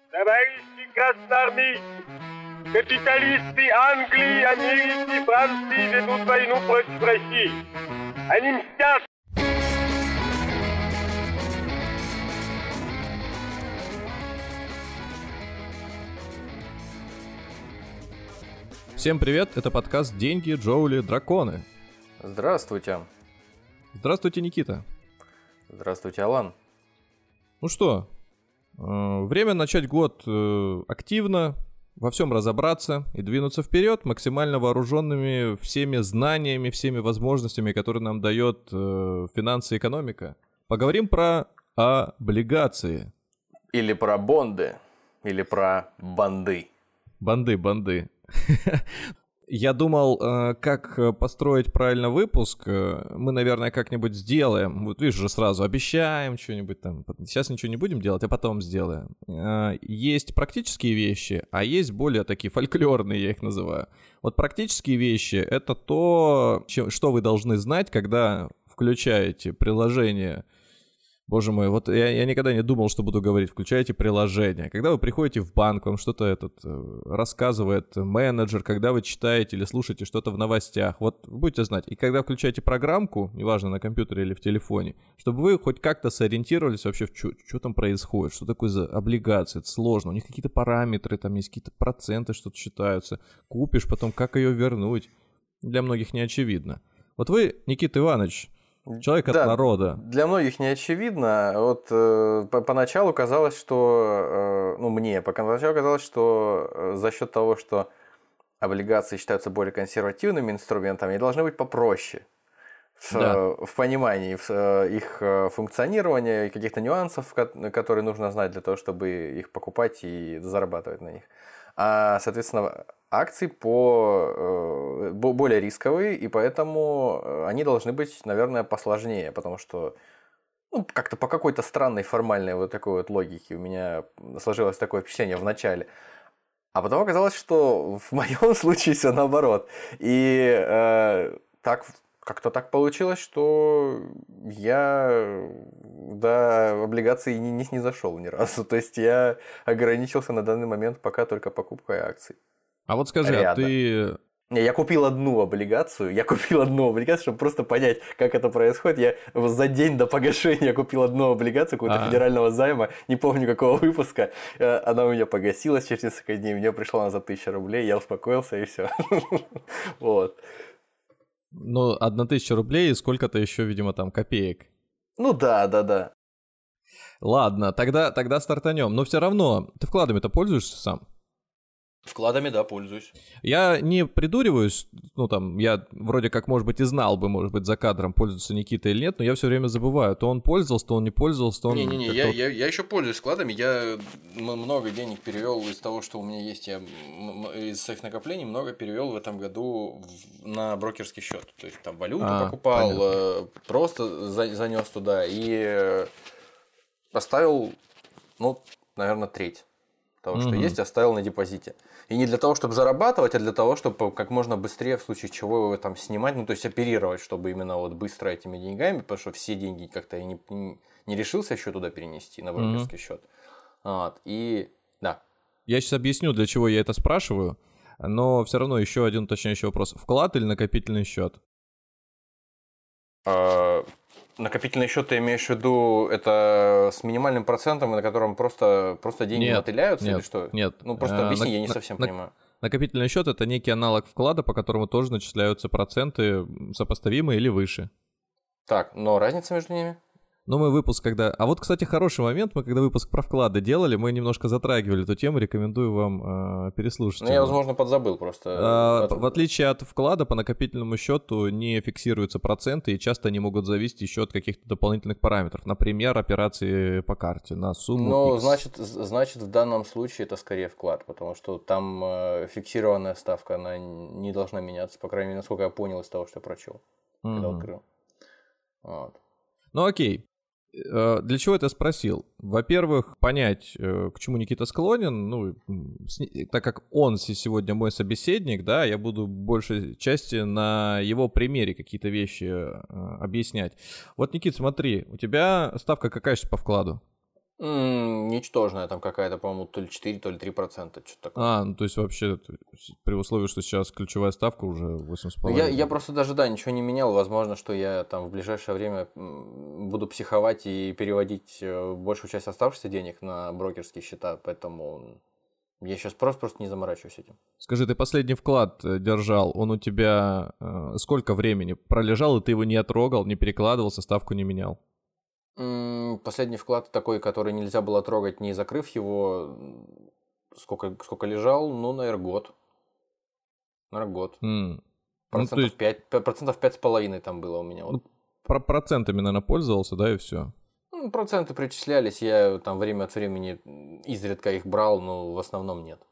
Товарищи красноармейцы, капиталисты Англии, Америки, Франции ведут войну против России. Они мстят. Всем привет, это подкаст «Деньги, Джоули, Драконы». Здравствуйте. Здравствуйте, Никита. Здравствуйте, Алан. Ну что, время начать год активно, во всем разобраться и двинуться вперед, максимально вооруженными всеми знаниями, всеми возможностями, которые нам дает финансы и экономика. Поговорим про облигации. Или про бонды, или про банды. Банды. Я думал, как построить правильно выпуск. Мы, наверное, как-нибудь сделаем. Вот видишь же, сразу обещаем что-нибудь там. Сейчас ничего не будем делать, а потом сделаем. Есть практические вещи, а есть более такие фольклорные, я их называю. Вот практические вещи — это то, что вы должны знать, когда включаете приложение. Боже мой, вот я никогда не думал, что буду говорить, включайте приложение. Когда вы приходите в банк, вам что-то рассказывает менеджер, когда вы читаете или слушаете что-то в новостях, вот будете знать. И когда включаете программку, неважно, на компьютере или в телефоне, чтобы вы хоть как-то сориентировались вообще, что там происходит, что такое за облигации, это сложно. У них какие-то параметры, там есть какие-то проценты, что-то считаются. Купишь, потом как ее вернуть. Для многих не очевидно. Вот вы, Никита Иванович, человек от народа. Для многих не очевидно. Вот поначалу казалось, что... поначалу казалось, что за счет того, что облигации считаются более консервативными инструментами, они должны быть попроще в понимании их функционирования и каких-то нюансов, которые нужно знать для того, чтобы их покупать и зарабатывать на них. А, соответственно, акции более рисковые, и поэтому они должны быть, наверное, посложнее, потому что как-то по какой-то странной формальной вот такой вот логике у меня сложилось такое впечатление в начале. А потом оказалось, что в моем случае все наоборот. И как-то так получилось, что я до облигаций не снизошел ни разу. То есть я ограничился на данный момент пока только покупкой акций. А вот скажи, ты... Я купил одну облигацию, чтобы просто понять, как это происходит. Я за день до погашения купил одну облигацию какого-то федерального займа, не помню какого выпуска. Она у меня погасилась через несколько дней, мне пришла назад 1000 рублей, я успокоился и все. Вот. Ну, 1000 рублей и сколько-то еще, видимо, там копеек. Ну да. Ладно, тогда стартанем. Но все равно, ты вкладами-то пользуешься сам? Вкладами, да, пользуюсь. Я не придуриваюсь, я вроде как, может быть, и знал бы, может быть, за кадром, пользуется Никита или нет, но я все время забываю, то он пользовался, то он не пользовался, то он... Я еще пользуюсь вкладами, я много денег перевел из того, что у меня есть, я из своих накоплений много перевел в этом году на брокерский счет, то есть там валюту покупал, понятно. Просто занес туда и оставил, наверное, треть того, что есть, оставил на депозите. И не для того, чтобы зарабатывать, а для того, чтобы как можно быстрее, в случае чего его там снимать, то есть оперировать, чтобы именно вот быстро этими деньгами, потому что все деньги как-то я не решился еще туда перенести, на брокерский счет. Вот. И да. Я сейчас объясню, для чего я это спрашиваю, но все равно еще один уточняющий вопрос. Вклад или накопительный счет? Накопительный счет ты имеешь в виду, это с минимальным процентом, на котором просто деньги мотыляются или что? Нет. Просто объясни, я не совсем понимаю. Накопительный счет — это некий аналог вклада, по которому тоже начисляются проценты сопоставимые или выше. Так, но разница между ними? Мы выпуск когда... А вот, кстати, хороший момент, мы когда выпуск про вклады делали, мы немножко затрагивали эту тему, рекомендую вам переслушать. Я, возможно, подзабыл просто. В отличие от вклада, по накопительному счету не фиксируются проценты, и часто они могут зависеть еще от каких-то дополнительных параметров. Например, операции по карте на сумму X. Значит, в данном случае это скорее вклад, потому что там фиксированная ставка, она не должна меняться, по крайней мере, насколько я понял из того, что я прочел, когда открыл. Вот. Окей. Для чего это спросил? Во-первых, понять, к чему Никита склонен, так как он сегодня мой собеседник, да, я буду большей части на его примере какие-то вещи объяснять. Вот, Никит, смотри, у тебя ставка какая сейчас по вкладу? Ничтожная там какая-то, по-моему, то ли 4, то ли 3%, что-то такое. Ну то есть вообще при условии, что сейчас ключевая ставка уже 8,5. Я просто даже, ничего не менял. Возможно, что я там в ближайшее время буду психовать и переводить большую часть оставшихся денег на брокерские счета, поэтому я сейчас просто не заморачиваюсь этим. Скажи, ты последний вклад держал, он у тебя сколько времени пролежал, и ты его не трогал, не перекладывал, ставку не менял? Последний вклад такой, который нельзя было трогать, не закрыв его, сколько лежал, наверное, год. Процентов 5,5 там было у меня. Ну, процентами, наверное, пользовался, да, и все? Проценты причислялись, я там время от времени изредка их брал, но в основном нет.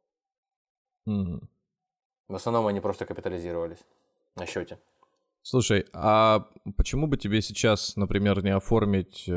В основном они просто капитализировались на счете. Слушай, а почему бы тебе сейчас, например, не оформить,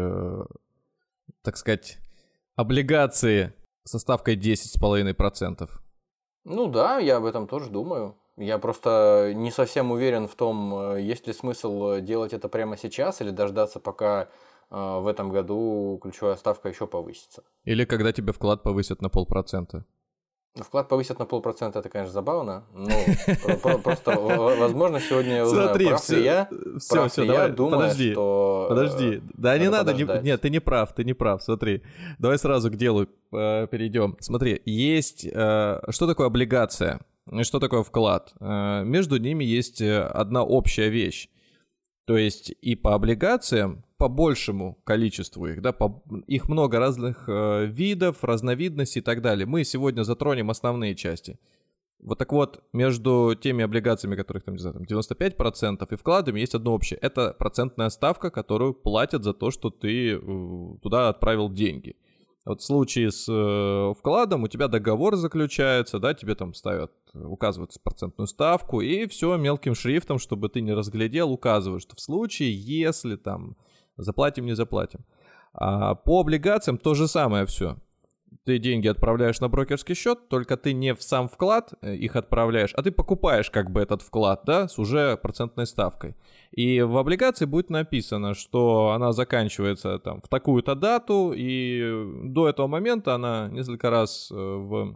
так сказать, облигации со ставкой 10,5%? Да, я об этом тоже думаю. Я просто не совсем уверен в том, есть ли смысл делать это прямо сейчас или дождаться, пока в этом году ключевая ставка еще повысится. Или когда тебе вклад повысят на 0,5%. Вклад повысят на 0,5%, это, конечно, забавно. Просто, возможно, сегодня я узнаю, прав ли я. Давай, думаю, что... Подожди. Да не надо, нет, ты не прав, смотри. Давай сразу к делу перейдем. Смотри, есть... Что такое облигация? Что такое вклад? Между ними есть одна общая вещь. То есть и по облигациям, по большему количеству их, да, их много разных видов, разновидностей и так далее. Мы сегодня затронем основные части. Вот так вот, между теми облигациями, которых там, не знаю, 95% и вкладами, есть одно общее. Это процентная ставка, которую платят за то, что ты туда отправил деньги. Вот в случае с вкладом у тебя договор заключается, да, тебе там указывают процентную ставку, и все мелким шрифтом, чтобы ты не разглядел, указывают, что в случае, если там заплатим, не заплатим. А по облигациям то же самое все. Ты деньги отправляешь на брокерский счет, только ты не в сам вклад их отправляешь, а ты покупаешь как бы этот вклад, да, с уже процентной ставкой. И в облигации будет написано, что она заканчивается там в такую-то дату, и до этого момента она несколько раз в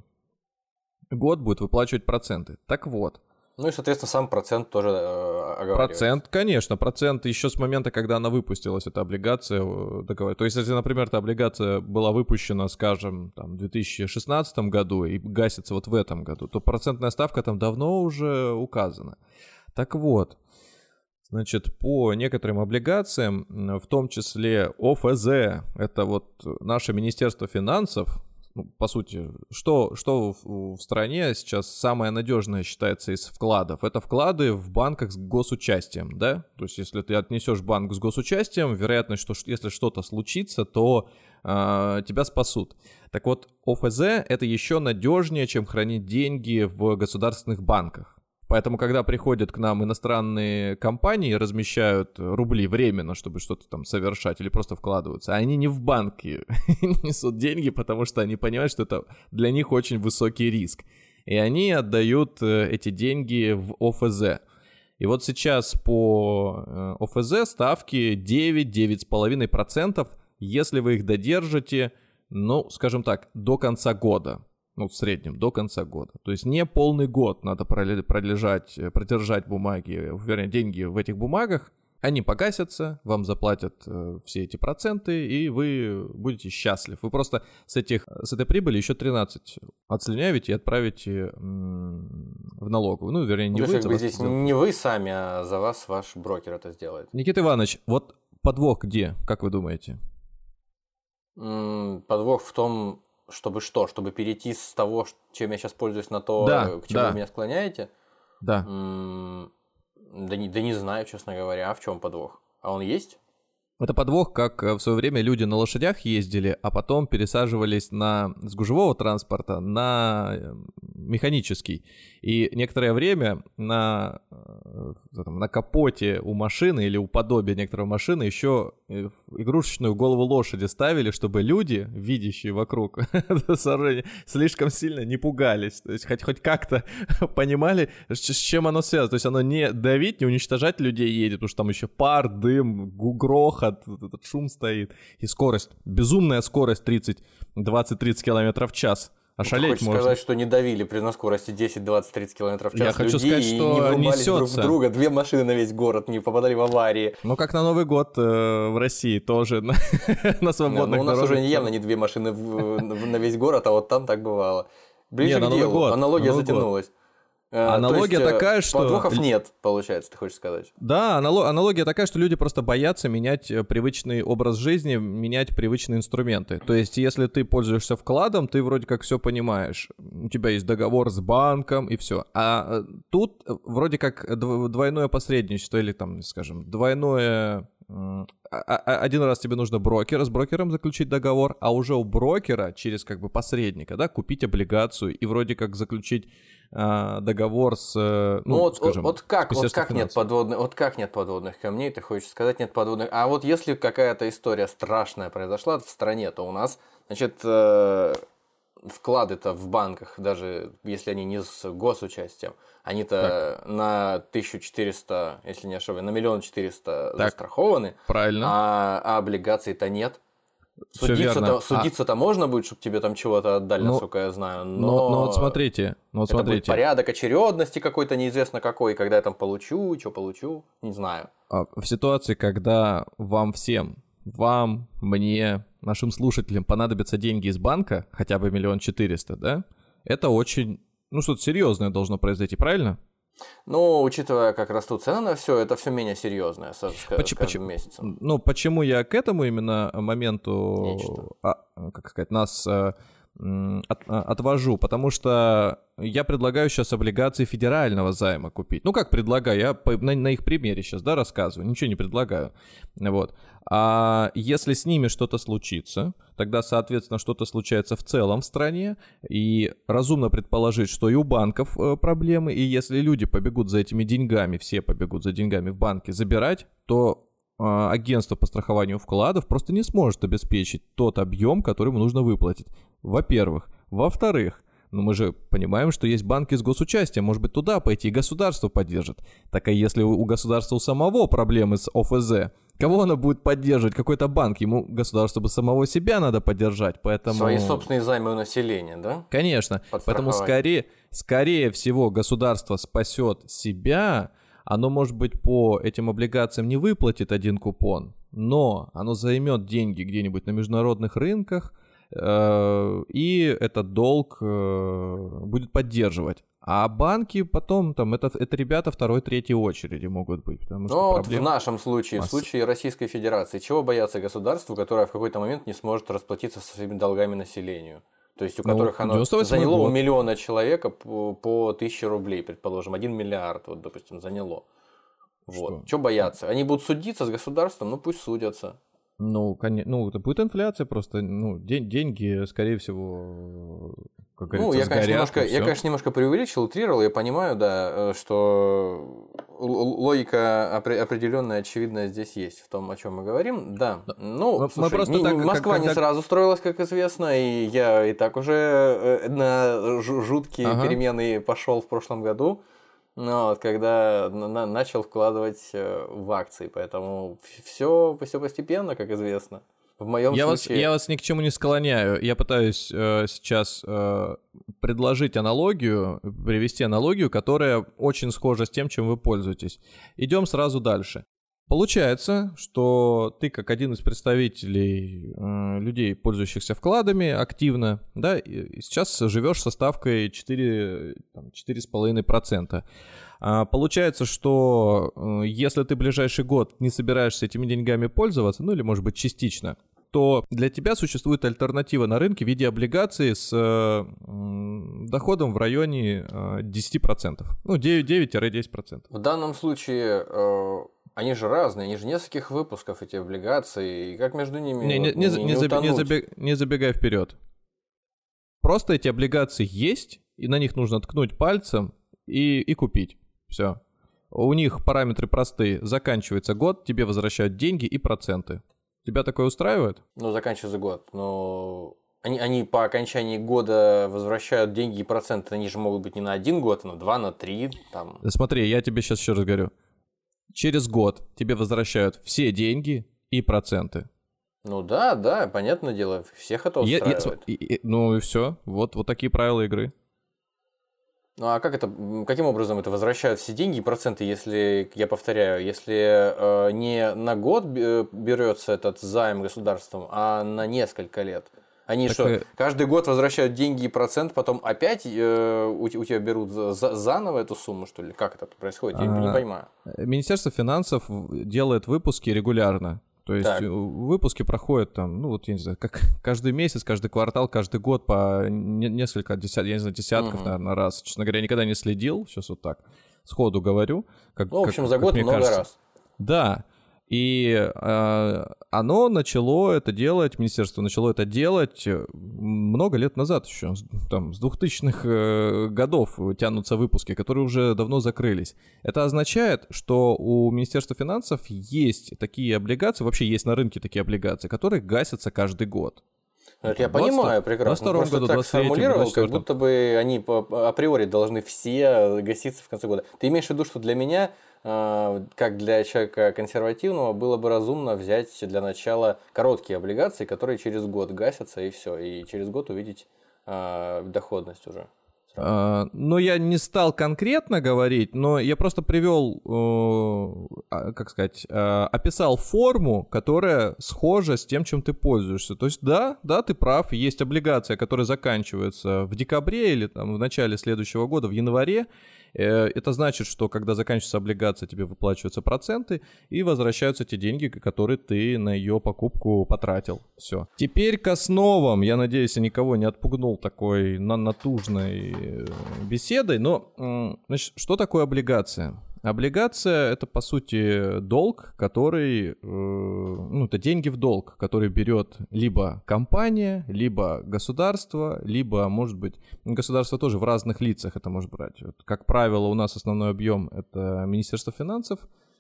год будет выплачивать проценты. Так вот. И, соответственно, сам процент тоже оговаривается. Процент, конечно, процент еще с момента, когда она выпустилась, эта облигация. То есть, если, например, эта облигация была выпущена, скажем, там, в 2016 году и гасится вот в этом году, то процентная ставка там давно уже указана. Так вот, значит, по некоторым облигациям, в том числе ОФЗ, это вот наше Министерство финансов, по сути, что в стране сейчас самое надежное считается из вкладов? Это вклады в банках с госучастием, да? То есть, если ты отнесешь банк с госучастием, вероятность, что если что-то случится, то тебя спасут. Так вот, ОФЗ это еще надежнее, чем хранить деньги в государственных банках. Поэтому, когда приходят к нам иностранные компании, размещают рубли временно, чтобы что-то там совершать, или просто вкладываются, они не в банки несут деньги, потому что они понимают, что это для них очень высокий риск. И они отдают эти деньги в ОФЗ. И вот сейчас по ОФЗ ставки 9-9,5%, если вы их додержите, скажем так, до конца года. В среднем, до конца года. То есть не полный год надо продержать деньги в этих бумагах. Они погасятся, вам заплатят все эти проценты, и вы будете счастливы. Вы просто с этой прибыли еще 13 отслюнявите и отправите в налоговую. Не вы. Здесь не вы сами, а за вас ваш брокер это сделает. Никита Иванович, вот подвох где, как вы думаете? Подвох в том... Чтобы перейти с того, чем я сейчас пользуюсь, на то, к чему вы меня склоняете? Да. Да не знаю, честно говоря, а в чем подвох? А он есть? Это подвох, как в свое время люди на лошадях ездили, а потом пересаживались с гужевого транспорта на механический. И некоторое время на капоте у машины или у подобия некоторой машины еще игрушечную голову лошади ставили, чтобы люди, видящие вокруг это сооружение, слишком сильно не пугались. То есть хоть как-то понимали, с чем оно связано. То есть оно не давить, не уничтожать людей едет, потому что там еще пар, дым, грохот, этот шум стоит. И скорость, безумная скорость 20-30 км в час. Ошалеть можно. Хочешь сказать, что не давили на скорости 10, 20, 30 км в час. Я хочу сказать, что не врубались несется. друг в друга, 2 машины на весь город, не попадали в аварии. Ну, как на Новый год в России тоже на свободных дорогах. У нас уже явно не 2 машины на весь город, а вот там так бывало. Ближе к делу, аналогия затянулась. Аналогия такая, что... Подвохов нет, получается, ты хочешь сказать. Да, аналогия такая, что люди просто боятся менять привычный образ жизни, менять привычные инструменты. То есть, если ты пользуешься вкладом, ты вроде как все понимаешь. У тебя есть договор с банком и все. А тут вроде как двойное посредничество или там, скажем, двойное... Один раз тебе нужно с брокером заключить договор, а уже у брокера через как бы посредника, да, купить облигацию и вроде как заключить договор с, скажем, вот как нет подводных камней, ты хочешь сказать, нет подводных... А вот если какая-то история страшная произошла в стране, то у нас, значит, вклады-то в банках, даже если они не с госучастием, они-то на 1400, если не ошибаюсь, на 1 400 000 застрахованы, правильно. А облигаций-то нет. Судиться-то можно будет, чтобы тебе там чего-то отдали, насколько я знаю. Но вот смотрите. Это будет порядок очередности какой-то неизвестно какой, когда я там получу, что получу, не знаю. В ситуации, когда вам, мне, нашим слушателям понадобятся деньги из банка, хотя бы 1 400 000, да, это очень, что-то серьезное должно произойти, правильно? Ну, учитывая, как растут цены на все, это все менее серьезное с каждым месяцем. Ну, почему я к этому именно моменту, нас отвожу? Потому что я предлагаю сейчас облигации федерального займа купить. Ну, как предлагаю? Я на их примере сейчас, рассказываю. Ничего не предлагаю. Вот. А если с ними что-то случится, тогда, соответственно, что-то случается в целом в стране, и разумно предположить, что и у банков проблемы, и если люди побегут за этими деньгами, все побегут за деньгами в банки забирать, то агентство по страхованию вкладов просто не сможет обеспечить тот объем, который ему нужно выплатить. Во-первых. Во-вторых, мы же понимаем, что есть банки с госучастием, может быть, туда пойти и государство поддержит. Так а если у государства у самого проблемы с ОФЗ, кого оно будет поддерживать? Какой-то банк? Ему государству бы самого себя надо поддержать, поэтому... Свои собственные займы у населения, да? Конечно, поэтому скорее всего государство спасет себя. Оно, может быть, по этим облигациям не выплатит один купон, но оно займет деньги где-нибудь на международных рынках, и этот долг будет поддерживать. А банки потом, это ребята второй, третьей очереди могут быть. Потому что в нашем случае, в случае Российской Федерации, чего бояться государству, которое в какой-то момент не сможет расплатиться со своими долгами населению? То есть у которых оно заняло у миллиона человека по 1000 рублей, предположим, 1 миллиард, вот, допустим, заняло. Вот. Чего бояться? Они будут судиться с государством, пусть судятся. Это будет инфляция просто, деньги, скорее всего, как говорится, я, конечно, немножко преувеличил, утрировал, я понимаю, да, что логика определенная, очевидная здесь есть в том, о чем мы говорим, да. Москва не сразу строилась, как известно, и я и так уже на жуткие перемены пошел в прошлом году. Когда начал вкладывать в акции, поэтому все постепенно, как известно. В моем случае... Я вас ни к чему не склоняю. Я пытаюсь сейчас предложить аналогию, привести аналогию, которая очень схожа с тем, чем вы пользуетесь. Идем сразу дальше. Получается, что ты как один из представителей людей, пользующихся вкладами активно, да, сейчас живешь со ставкой 4,5%. Получается, что если ты в ближайший год не собираешься этими деньгами пользоваться, или, может быть, частично, то для тебя существует альтернатива на рынке в виде облигаций с доходом в районе 10%. 9-10%. В данном случае... Они же разные, они же нескольких выпусков, эти облигации, и как между ними не забегай вперед. Просто эти облигации есть, и на них нужно ткнуть пальцем и купить. Все. У них параметры простые. Заканчивается год, тебе возвращают деньги и проценты. Тебя такое устраивает? Ну, заканчивается год, но они по окончании года возвращают деньги и проценты. Они же могут быть не на 1 год, а на 2, на 3. Там. Смотри, я тебе сейчас еще раз говорю. Через год тебе возвращают все деньги и проценты. Ну да, понятное дело, всех это устраивает. Ну и все, вот такие правила игры. Ну а каким образом это возвращают все деньги и проценты, если, я повторяю, если не на год берется этот займ государством, а на несколько лет? Они так каждый год возвращают деньги и процент, потом опять у тебя берут заново эту сумму, что ли? Как это происходит? Я не понимаю. Министерство финансов делает выпуски регулярно. То есть выпуски проходят там, ну вот я не знаю, как каждый месяц, каждый квартал, каждый год по несколько десятков, наверное, раз. Честно говоря, я никогда не следил, сейчас вот так сходу говорю. В общем, за год много раз. Да, и оно начало это делать, министерство начало это делать много лет назад еще, там с 2000-х годов тянутся выпуски, которые уже давно закрылись. Это означает, что у Министерства финансов есть такие облигации, вообще есть на рынке такие облигации, которые гасятся каждый год. Это я понимаю прекрасно. Просто году, так сформулировал, как будто бы они априори должны все гаситься в конце года. Ты имеешь в виду, что для меня, как для человека консервативного, было бы разумно взять для начала короткие облигации, которые через год гасятся, и все. И через год увидеть доходность уже. Но я не стал конкретно говорить, но я просто привел, описал форму, которая схожа с тем, чем ты пользуешься. То есть да, ты прав, есть облигация, которая заканчивается в декабре или там в начале следующего года, в январе. Это значит, что когда заканчивается облигация, тебе выплачиваются проценты и возвращаются те деньги, которые ты на ее покупку потратил. Все. Теперь к основам. Я надеюсь, я никого не отпугнул такой натужной беседой. Но, значит, что такое облигация? Облигация — это, по сути, долг, который... это деньги в долг, который берет либо компания, либо государство, либо, может быть, государство тоже в разных лицах это может брать. Вот, как правило, у нас основной объем — это Министерство финансов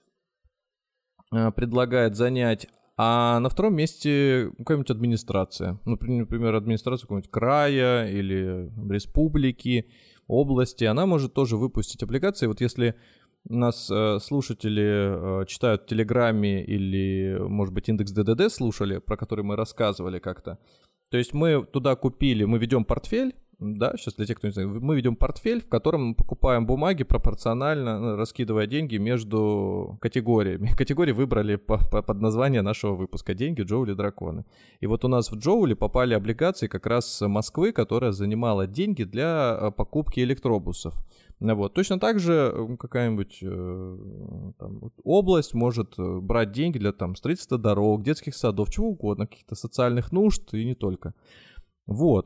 предлагает занять, а на втором месте какая-нибудь администрация. Например, администрация какого-нибудь края или республики, области. Она может тоже выпустить облигации. Вот если... Нас слушатели читают в Телеграме или, может быть, индекс ДДД слушали, про который мы рассказывали как-то. То есть мы туда купили, мы ведем портфель, да, сейчас для тех, кто не знает, мы ведем портфель, в котором мы покупаем бумаги пропорционально, раскидывая деньги между категориями. Категории выбрали под название нашего выпуска «Деньги, Джоули, драконы». И вот у нас в Джоули попали облигации как раз Москвы, которая занимала деньги для покупки электробусов. Вот. Точно так же какая-нибудь область может брать деньги для строительства дорог, детских садов, чего угодно, каких-то социальных нужд и не только. Вот.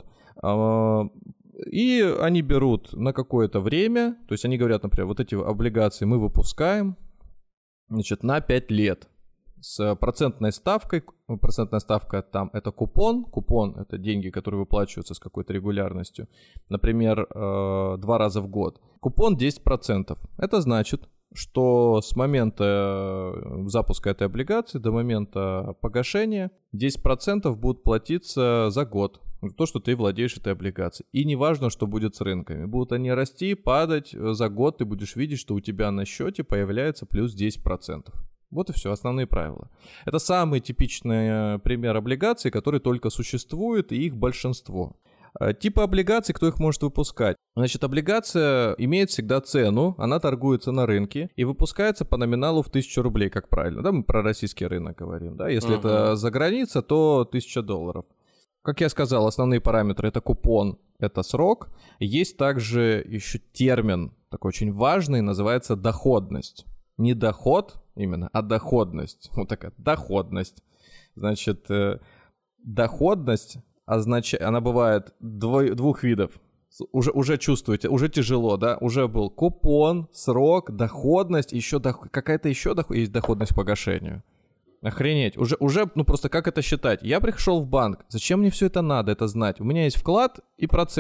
И они берут на какое-то время, то есть они говорят, например, вот эти облигации мы выпускаем, значит, на 5 лет с процентной ставкой. Процентная ставка там это купон. Купон — это деньги, которые выплачиваются с какой-то регулярностью. Например, 2 раза в год. Купон 10%. Это значит, что с момента запуска этой облигации до момента погашения 10% будут платиться за год. То, что ты владеешь этой облигацией. И неважно, что будет с рынками. Будут они расти, падать. За год ты будешь видеть, что у тебя на счете появляется плюс 10%. Вот и все, основные правила. Это самый типичный пример облигаций, который только существует, и их большинство. Типы облигаций, кто их может выпускать? Значит, облигация имеет всегда цену, она торгуется на рынке и выпускается по номиналу в 1000 рублей, как правильно. Да, мы про российский рынок говорим, да? Если это за граница, то $1000. Как я сказал, основные параметры — это купон, это срок. Есть также еще термин, такой очень важный, называется доходность. Не доход именно, а доходность. Вот такая доходность. Значит, доходность она бывает двух видов. Уже чувствуете, уже тяжело, да? Уже был купон, срок, доходность, еще какая-то еще есть доходность к погашению. Охренеть. Уже, просто как это считать? Я пришел в банк. Зачем мне все это надо, это знать? У меня есть вклад и процент.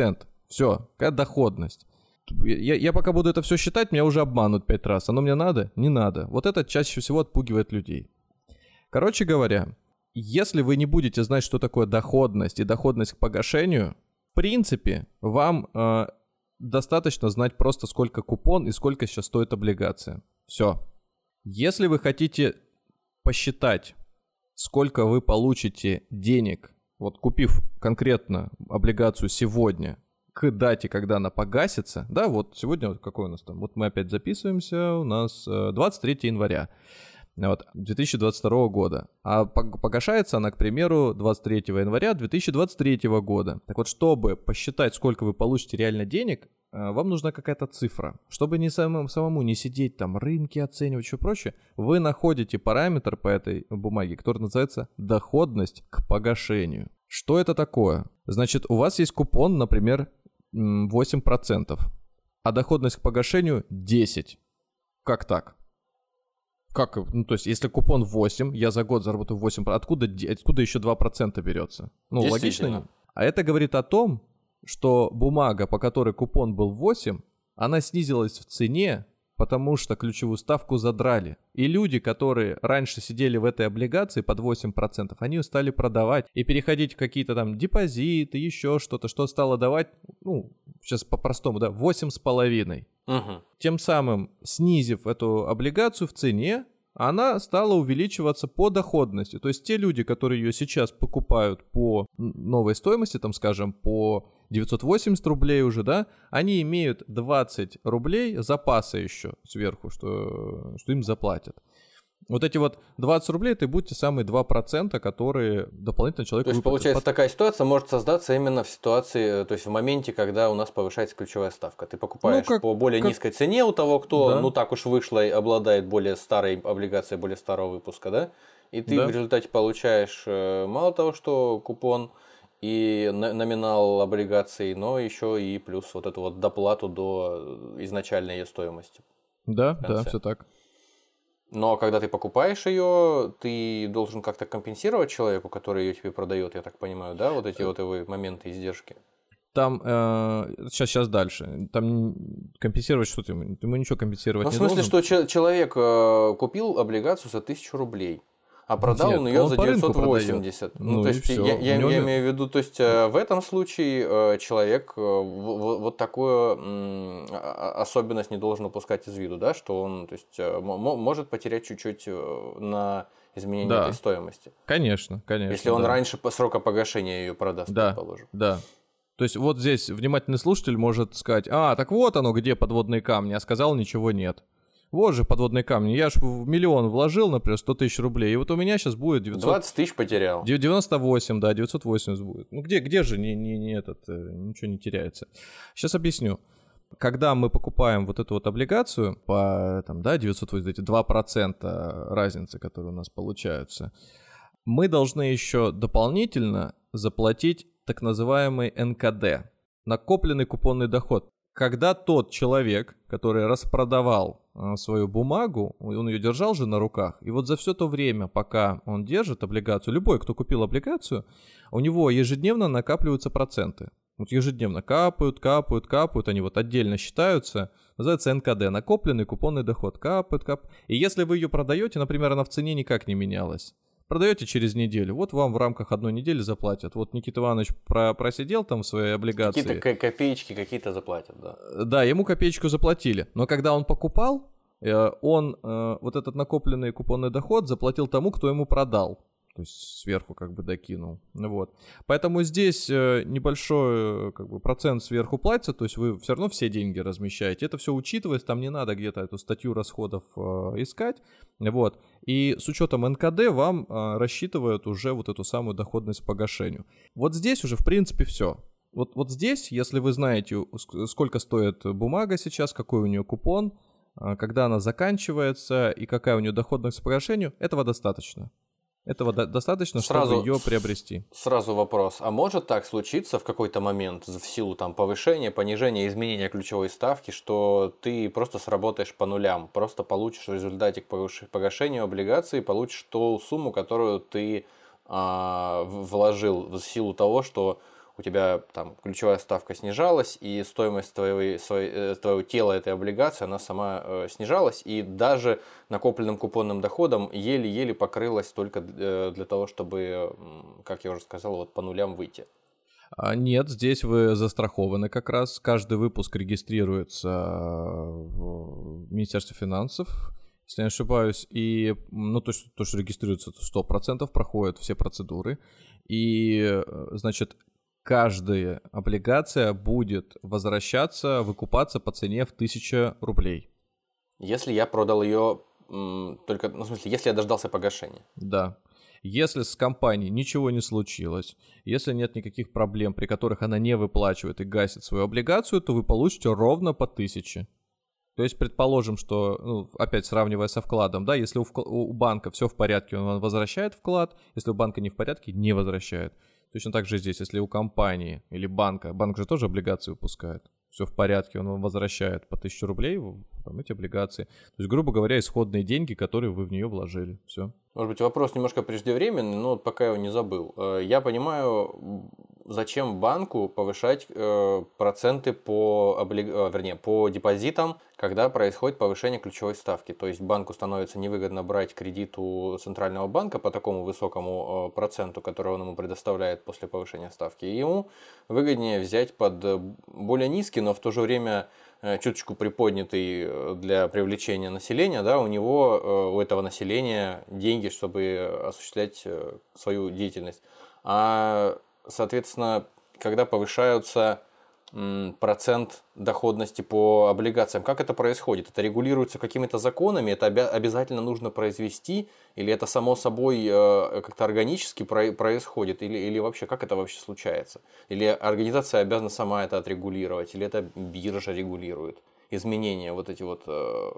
Все, какая доходность. Я пока буду это все считать, меня уже обманут 5 раз. Оно мне надо? Не надо. Вот это чаще всего отпугивает людей. Короче говоря, если вы не будете знать, что такое доходность и доходность к погашению, в принципе, вам достаточно знать просто, сколько купон и сколько сейчас стоит облигация. Все. Если вы хотите посчитать, сколько вы получите денег, вот купив конкретно облигацию сегодня, к дате, когда она погасится, да, вот сегодня, вот какой у нас там, вот мы опять записываемся, у нас 23 января. Вот, 2022 года. А погашается она, к примеру, 23 января 2023 года. Так вот, чтобы посчитать, сколько вы получите реально денег, вам нужна какая-то цифра. Чтобы не самому не сидеть там, рынки оценивать, что прочее, вы находите параметр по этой бумаге, который называется доходность к погашению. Что это такое? Значит, у вас есть купон, например, 8%, а доходность к погашению 10%. Как так? Как? Ну, то есть, если купон 8, я за год заработаю 8%, откуда еще 2% берется? Ну, логично. А это говорит о том, что бумага, по которой купон был 8, она снизилась в цене, потому что ключевую ставку задрали. И люди, которые раньше сидели в этой облигации под 8%, они стали продавать и переходить в какие-то там депозиты, еще что-то, что стало давать, ну, сейчас по-простому, да, 8,5%. Угу. Тем самым, снизив эту облигацию в цене, она стала увеличиваться по доходности. То есть те люди, которые ее сейчас покупают по новой стоимости, там, скажем, по 980 рублей уже, да, они имеют 20 рублей запаса еще сверху, что им заплатят. Вот эти вот 20 рублей, это и будут те самые 2%, которые дополнительно человеку выплатят. То есть, получается, такая ситуация может создаться именно в ситуации, то есть в моменте, когда у нас повышается ключевая ставка. Ты покупаешь по более низкой цене у того, кто, да, ну так уж вышло, и обладает более старой облигацией, более старого выпуска, да? И ты в результате получаешь мало того, что купон и номинал облигаций, но еще и плюс вот эту вот доплату до изначальной ее стоимости. Да, все так. Но когда ты покупаешь ее, ты должен как-то компенсировать человеку, который ее тебе продает, я так понимаю, да, вот эти вот его моменты издержки. Там, сейчас дальше, там компенсировать что-то, ему ничего компенсировать не должен. Ну, в смысле, что человек купил облигацию за 1000 рублей, а продал он ее за 980. Ну, то есть, я имею в виду, то есть, в этом случае человек вот такую особенность не должен упускать из виду, да, что он, то есть, может потерять чуть-чуть на изменение этой стоимости. Конечно. Если он раньше срока погашения ее продаст, предположим. Да. То есть, вот здесь внимательный слушатель может сказать: так вот оно, где подводные камни, а сказал, ничего нет. Вот же подводные камни. Я ж в миллион вложил, например, 100 тысяч рублей, и вот у меня сейчас будет 20 тысяч потерял. 98, да, 980 будет. Ну где же ничего не теряется. Сейчас объясню. Когда мы покупаем вот эту вот облигацию по, там, да, 980, 2% разницы, которые у нас получаются, мы должны еще дополнительно заплатить так называемый НКД, накопленный купонный доход. Когда тот человек, который распродавал свою бумагу, он ее держал же на руках, и вот за все то время, пока он держит облигацию, любой, кто купил облигацию, у него ежедневно накапливаются проценты. Вот ежедневно капают, они вот отдельно считаются, называется НКД, накопленный купонный доход, капает. И если вы ее продаете, например, она в цене никак не менялась, продаете через неделю, вот вам в рамках одной недели заплатят. Вот Никита Иванович просидел там в своей облигации. Какие-то копеечки какие-то заплатят, да. Да, ему копеечку заплатили. Но когда он покупал, он вот этот накопленный купонный доход заплатил тому, кто ему продал. То есть сверху как бы докинул. Вот. Поэтому здесь небольшой как бы процент сверху платится, то есть вы все равно все деньги размещаете. Это все учитывается, там не надо где-то эту статью расходов искать. Вот. И с учетом НКД вам рассчитывают уже вот эту самую доходность по погашению. Вот здесь уже в принципе все. Вот здесь, если вы знаете, сколько стоит бумага сейчас, какой у нее купон, когда она заканчивается и какая у нее доходность по погашению, этого достаточно. Этого достаточно, чтобы ее приобрести. Сразу вопрос. А может так случиться в какой-то момент, в силу там повышения, понижения, изменения ключевой ставки, что ты просто сработаешь по нулям, просто получишь в результате к погашению облигации, получишь ту сумму, которую ты вложил в силу того, что у тебя там ключевая ставка снижалась, и стоимость твоего тела этой облигации, она сама снижалась, и даже накопленным купонным доходом еле-еле покрылась только для того, чтобы, как я уже сказал, вот по нулям выйти. Нет, здесь вы застрахованы как раз. Каждый выпуск регистрируется в Министерстве финансов, если не ошибаюсь. И то, что регистрируется, 100% проходят все процедуры. И, значит, каждая облигация будет возвращаться, выкупаться по цене в 1000 рублей. Если я продал ее только, в смысле, если я дождался погашения. Да. Если с компанией ничего не случилось, если нет никаких проблем, при которых она не выплачивает и гасит свою облигацию, то вы получите ровно по 1000. То есть, предположим, что, опять сравнивая со вкладом, да, если у банка все в порядке, он возвращает вклад, если у банка не в порядке, не возвращает. Точно так же здесь, если у компании или банк же тоже облигации выпускает, все в порядке, он вам возвращает по 1000 рублей эти облигации. То есть, грубо говоря, исходные деньги, которые вы в нее вложили. Все. Может быть, вопрос немножко преждевременный, но пока я его не забыл. Я понимаю, зачем банку повышать проценты по депозитам, когда происходит повышение ключевой ставки. То есть банку становится невыгодно брать кредит у Центрального банка по такому высокому проценту, который он ему предоставляет после повышения ставки. И ему выгоднее взять под более низкий, но в то же время чуточку приподнятый для привлечения населения, да, у этого населения деньги, чтобы осуществлять свою деятельность. А, соответственно, когда повышаются процент доходности по облигациям, как это происходит? Это регулируется какими-то законами, это обязательно нужно произвести, или это само собой как-то органически происходит, или вообще, как это вообще случается? Или организация обязана сама это отрегулировать, или это биржа регулирует изменения вот эти вот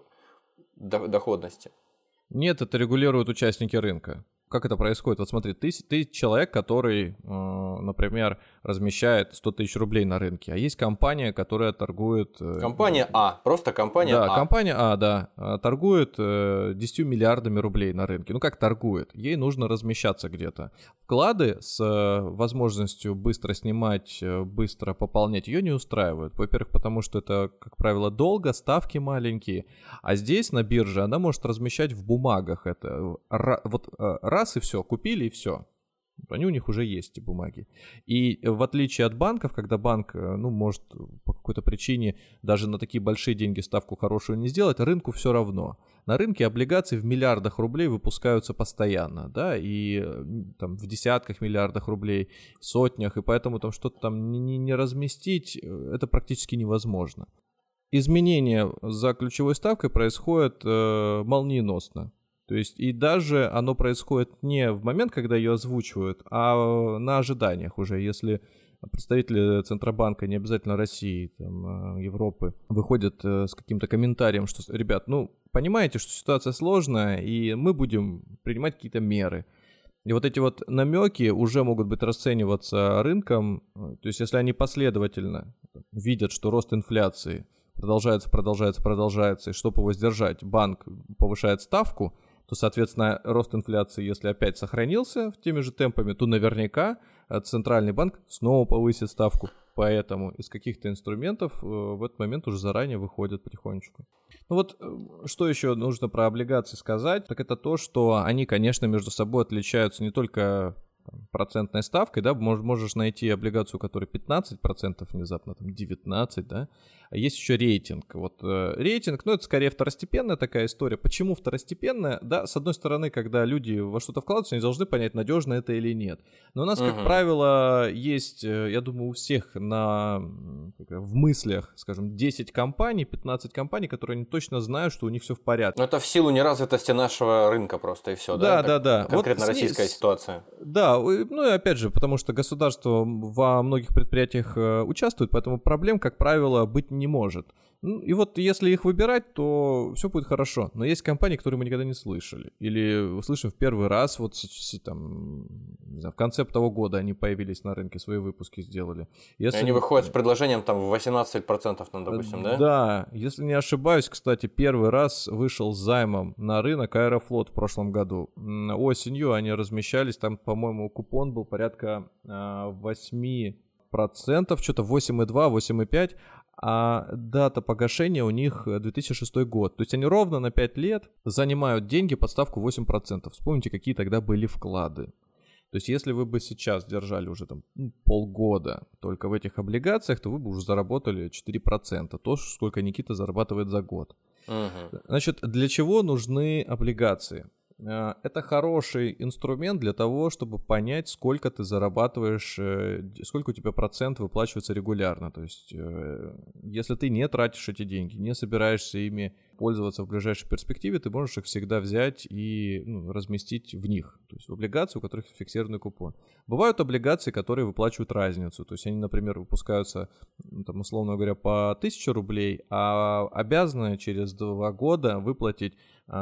доходности? Нет, это регулируют участники рынка. Как это происходит? Вот смотри, ты человек, который, например, размещает 100 тысяч рублей на рынке, а есть компания, которая торгует... Компания А, просто компания А. Да, компания А, да, торгует 10 миллиардами рублей на рынке. Ну как торгует? Ей нужно размещаться где-то. Вклады с возможностью быстро снимать, быстро пополнять ее не устраивают. Во-первых, потому что это, как правило, долго, ставки маленькие. А здесь на бирже она может размещать в бумагах это. Вот раз и все, купили и все. Они у них уже есть, эти бумаги. И в отличие от банков, когда банк, может по какой-то причине даже на такие большие деньги ставку хорошую не сделать, рынку все равно. На рынке облигации в миллиардах рублей выпускаются постоянно, да, и там в десятках миллиардах рублей, сотнях, и поэтому там что-то там не разместить, это практически невозможно. Изменения за ключевой ставкой происходят молниеносно. То есть и даже оно происходит не в момент, когда ее озвучивают, а на ожиданиях уже. Если представители Центробанка, не обязательно России, там, Европы, выходят с каким-то комментарием, что, ребят, понимаете, что ситуация сложная, и мы будем принимать какие-то меры. И вот эти вот намеки уже могут быть расцениваться рынком. То есть если они последовательно видят, что рост инфляции продолжается, и чтобы его сдержать, банк повышает ставку, то, соответственно, рост инфляции, если опять сохранился теми же темпами, то наверняка Центральный банк снова повысит ставку. Поэтому из каких-то инструментов в этот момент уже заранее выходят потихонечку. Что еще нужно про облигации сказать, так это то, что они, конечно, между собой отличаются не только процентной ставкой, да, можешь найти облигацию, у которой 15%, внезапно там 19%, да, а есть еще рейтинг. Рейтинг, это скорее второстепенная такая история. Почему второстепенная? Да, с одной стороны, когда люди во что-то вкладываются, они должны понять, надежно это или нет. Но у нас, как правило, есть, я думаю, у всех в мыслях, скажем, 10 компаний, 15 компаний, которые они точно знают, что у них все в порядке. Но это в силу неразвитости нашего рынка просто, и все, да? Да. Конкретно российская ситуация. Да, и опять же, потому что государство во многих предприятиях участвует, поэтому проблем, как правило, быть не может. И если их выбирать, то все будет хорошо. Но есть компании, которые мы никогда не слышали. Или услышим в первый раз, в конце того года они появились на рынке, свои выпуски сделали. И они выходят с предложением в 18%, допустим, да? Да, если не ошибаюсь, кстати, первый раз вышел с займом на рынок Аэрофлот в прошлом году. Осенью они размещались, там, по-моему, купон был порядка 8 процентов, что-то 8,2, 8,5, а дата погашения у них 2006 год. То есть они ровно на 5 лет занимают деньги под ставку 8%. Вспомните, какие тогда были вклады. То есть если вы бы сейчас держали уже там полгода только в этих облигациях, то вы бы уже заработали 4%. То, сколько Никита зарабатывает за год. Значит, для чего нужны облигации? Это хороший инструмент для того, чтобы понять, сколько ты зарабатываешь, сколько у тебя процент выплачивается регулярно. То есть, если ты не тратишь эти деньги, не собираешься ими пользоваться в ближайшей перспективе, ты можешь их всегда взять и разместить в них, то есть в облигации, у которых фиксированный купон. Бывают облигации, которые выплачивают разницу, то есть они, например, выпускаются, там, условно говоря, по 1000 рублей, а обязаны через 2 года выплатить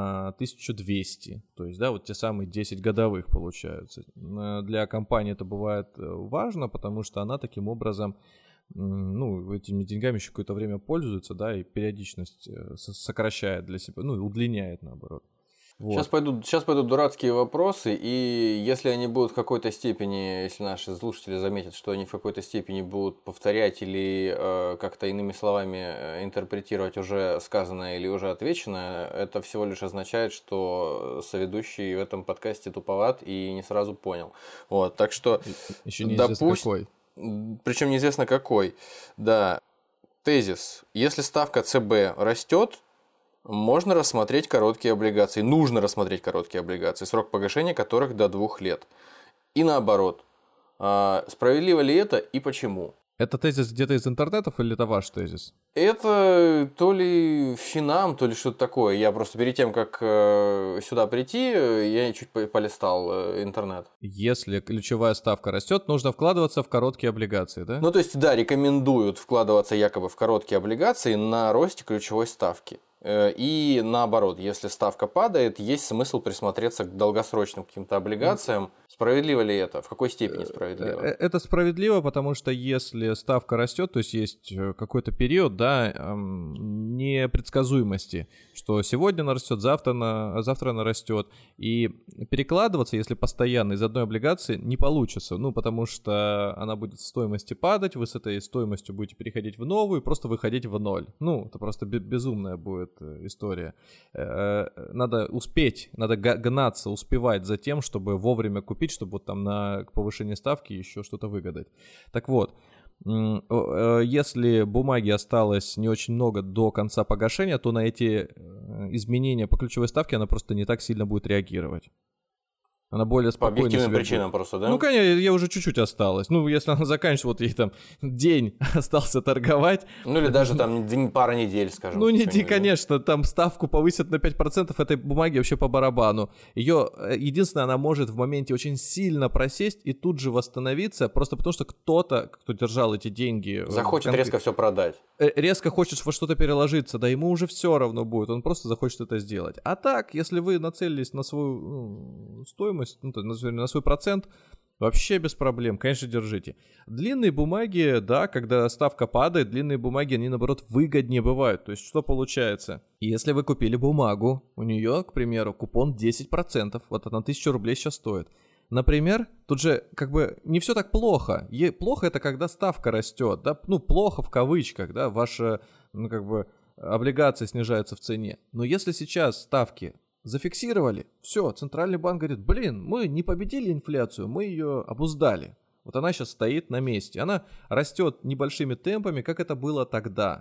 1200, то есть, да, вот те самые 10 годовых получаются. Для компании это бывает важно, потому что она таким образом, этими деньгами еще какое-то время пользуется, да, и периодичность сокращает для себя, удлиняет наоборот. Вот. Сейчас пойдут дурацкие вопросы, и если они будут в какой-то степени, если наши слушатели заметят, что они в какой-то степени будут повторять или как-то иными словами интерпретировать уже сказанное или уже отвеченное, это всего лишь означает, что соведущий в этом подкасте туповат и не сразу понял. Вот, так что, еще неизвестно какой. Причем неизвестно какой. Да, тезис. Если ставка ЦБ растет, можно рассмотреть короткие облигации. Нужно рассмотреть короткие облигации, срок погашения которых до 2 лет. И наоборот. Справедливо ли это и почему? Это тезис где-то из интернетов или это ваш тезис? Это то ли Финам, то ли что-то такое. Я просто перед тем, как сюда прийти, я чуть полистал интернет. Если ключевая ставка растет, нужно вкладываться в короткие облигации, да? То есть, да, рекомендуют вкладываться якобы в короткие облигации на росте ключевой ставки. И наоборот, если ставка падает, есть смысл присмотреться к долгосрочным каким-то облигациям. Справедливо ли это? В какой степени справедливо? Это справедливо, потому что если ставка растет, то есть какой-то период, да, непредсказуемости, что сегодня она растет, завтра она растет, и перекладываться, если постоянно из одной облигации, не получится, потому что она будет в стоимости падать, вы с этой стоимостью будете переходить в новую и просто выходить в ноль. Это просто безумная будет история. Надо успеть, надо гнаться, успевать за тем, чтобы вовремя купить, чтобы вот там на повышение ставки еще что-то выгадать. Так вот, если бумаги осталось не очень много до конца погашения, то на эти изменения по ключевой ставке она просто не так сильно будет реагировать. Она более спокойно. По объективным причинам просто, да? Конечно, ей уже чуть-чуть осталось. Если она заканчивается, вот ей там день остался торговать. Или даже там пара недель, скажем. Конечно, там ставку повысят на 5%, этой бумаги вообще по барабану. Единственное, она может в моменте очень сильно просесть и тут же восстановиться, просто потому что кто-то, кто держал эти деньги... Захочет резко все продать. Резко хочет во что-то переложиться, да ему уже все равно будет, он просто захочет это сделать. А так, если вы нацелились на свою стоимость, на свой процент, вообще без проблем, конечно, держите. Длинные бумаги, да, когда ставка падает, длинные бумаги, они, наоборот, выгоднее бывают. То есть, что получается? Если вы купили бумагу, у нее, к примеру, купон 10%, вот она 1000 рублей сейчас стоит. Например, тут же как бы не все так плохо. Плохо это когда ставка растет, да, плохо в кавычках, да, ваша, облигация снижается в цене. Но если сейчас ставки зафиксировали, все, Центральный банк говорит, мы не победили инфляцию, мы ее обуздали. Вот она сейчас стоит на месте, она растет небольшими темпами, как это было тогда.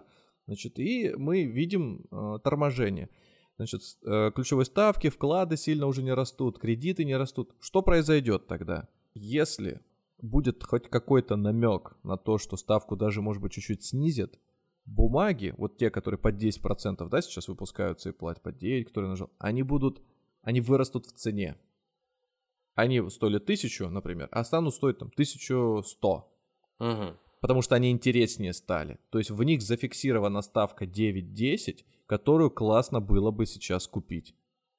И мы видим торможение. Ключевые ставки, вклады сильно уже не растут, кредиты не растут. Что произойдет тогда? Если будет хоть какой-то намек на то, что ставку даже, может быть, чуть-чуть снизят, бумаги, вот те, которые под 10%, да, сейчас выпускаются и платят под 9%, которые нажал, они вырастут в цене. Они стоили 1000, например, а станут стоить там 1100. Потому что они интереснее стали. То есть в них зафиксирована ставка 9-10, которую классно было бы сейчас купить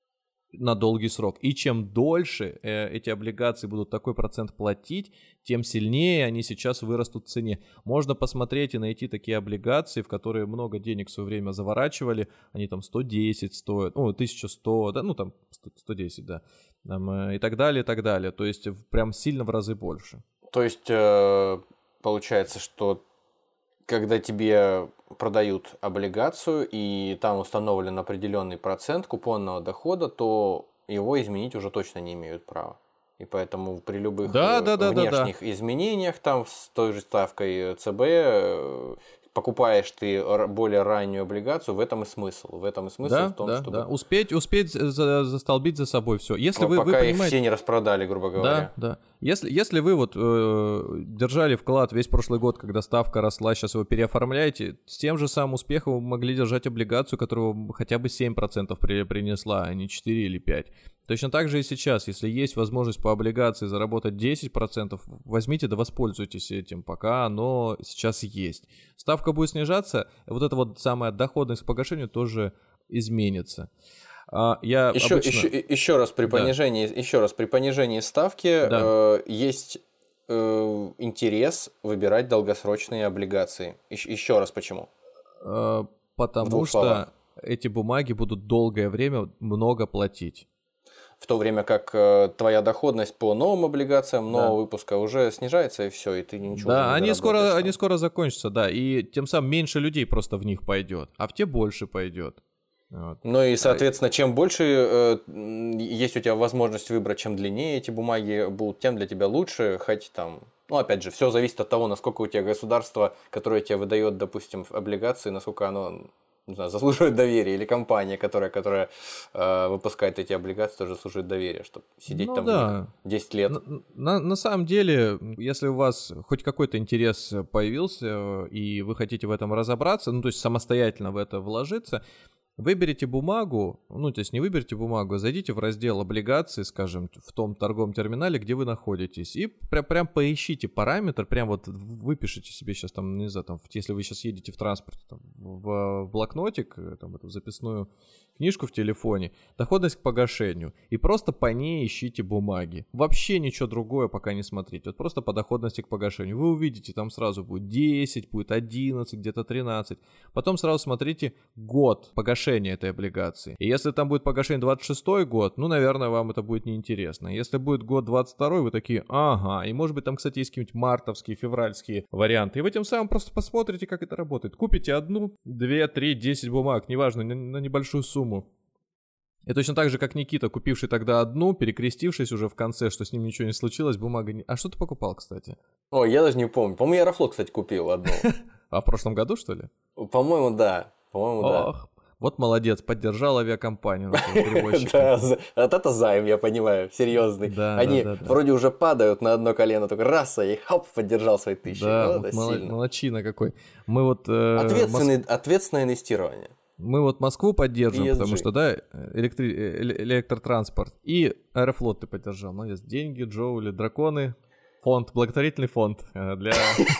на долгий срок. И чем дольше эти облигации будут такой процент платить, тем сильнее они сейчас вырастут в цене. Можно посмотреть и найти такие облигации, в которые много денег в свое время заворачивали. Они там 110 стоят, 1100, да, 110, да, и так далее, и так далее. То есть прям сильно в разы больше. То есть... получается, что когда тебе продают облигацию, и там установлен определенный процент купонного дохода, то его изменить уже точно не имеют права. И поэтому при любых внешних изменениях, там с той же ставкой ЦБ, покупаешь ты более раннюю облигацию, в этом и смысл. В этом и смысл в том, чтобы... Да. Успеть застолбить за собой все. Если пока вы понимаете... их все не распродали, грубо говоря. Да. Если вы вот держали вклад весь прошлый год, когда ставка росла, сейчас его переоформляете, с тем же самым успехом вы могли держать облигацию, которая хотя бы 7% принесла, а не 4 или 5%. Точно так же и сейчас, если есть возможность по облигации заработать 10%, возьмите да воспользуйтесь этим, пока оно сейчас есть. Ставка будет снижаться, вот эта вот самая доходность к погашению тоже изменится. Еще раз при понижении ставки есть интерес выбирать долгосрочные облигации. Еще раз почему? Потому что эти бумаги будут долгое время много платить. В то время как твоя доходность по новым облигациям нового выпуска уже снижается, и все, и ты ничего не заработаешь. Да, они скоро закончатся, да, и тем самым меньше людей просто в них пойдет, а в те больше пойдет. Вот. Ну и, соответственно, чем больше есть у тебя возможность выбрать, чем длиннее эти бумаги будут, тем для тебя лучше, хоть там... Ну, опять же, все зависит от того, насколько у тебя государство, которое тебе выдает, допустим, облигации, насколько оно... Не знаю, заслуживает доверия, или компания, которая выпускает эти облигации, тоже заслуживает доверия, чтобы сидеть в них 10 лет. На самом деле, если у вас хоть какой-то интерес появился, и вы хотите в этом разобраться, то есть самостоятельно в это вложиться, выберите бумагу, то есть не выберите бумагу, а зайдите в раздел облигаций, скажем, в том торговом терминале, где вы находитесь, и прям поищите параметр, прям вот выпишите себе сейчас там, не знаю, там, если вы сейчас едете в транспорте, там, в блокнотик, там, эту записную книжку в телефоне, доходность к погашению, и просто по ней ищите бумаги. Вообще ничего другое пока не смотрите, вот просто по доходности к погашению. Вы увидите, там сразу будет 10, будет 11, где-то 13. Потом сразу смотрите год погашения этой облигации. И если там будет погашение 26-й год, наверное, вам это будет неинтересно. Если будет год 22-й, вы такие, ага. И может быть там, кстати, есть какие-нибудь мартовские, февральские варианты. И вы тем самым просто посмотрите, как это работает. Купите 1, 2, 3, 10 бумаг, неважно, на небольшую сумму. И точно так же, как Никита, купивший тогда одну, перекрестившись уже в конце, что с ним ничего не случилось, бумага не... А что ты покупал, кстати? Ой, я даже не помню. По-моему, я Аэрофлот, кстати, купил одну. А в прошлом году, что ли? По-моему, да. Вот молодец, поддержал авиакомпанию. Да, вот это займ, я понимаю, серьезный. Они вроде уже падают на одно колено, только раз, и хоп, поддержал свои 1000. Да, молодчина какой. Мы вот... Ответственное инвестирование. Мы вот Москву поддерживаем, потому что, электротранспорт. И Аэрофлот ты поддержал. Молодец. Деньги, джоули, драконы. Фонд, благотворительный фонд для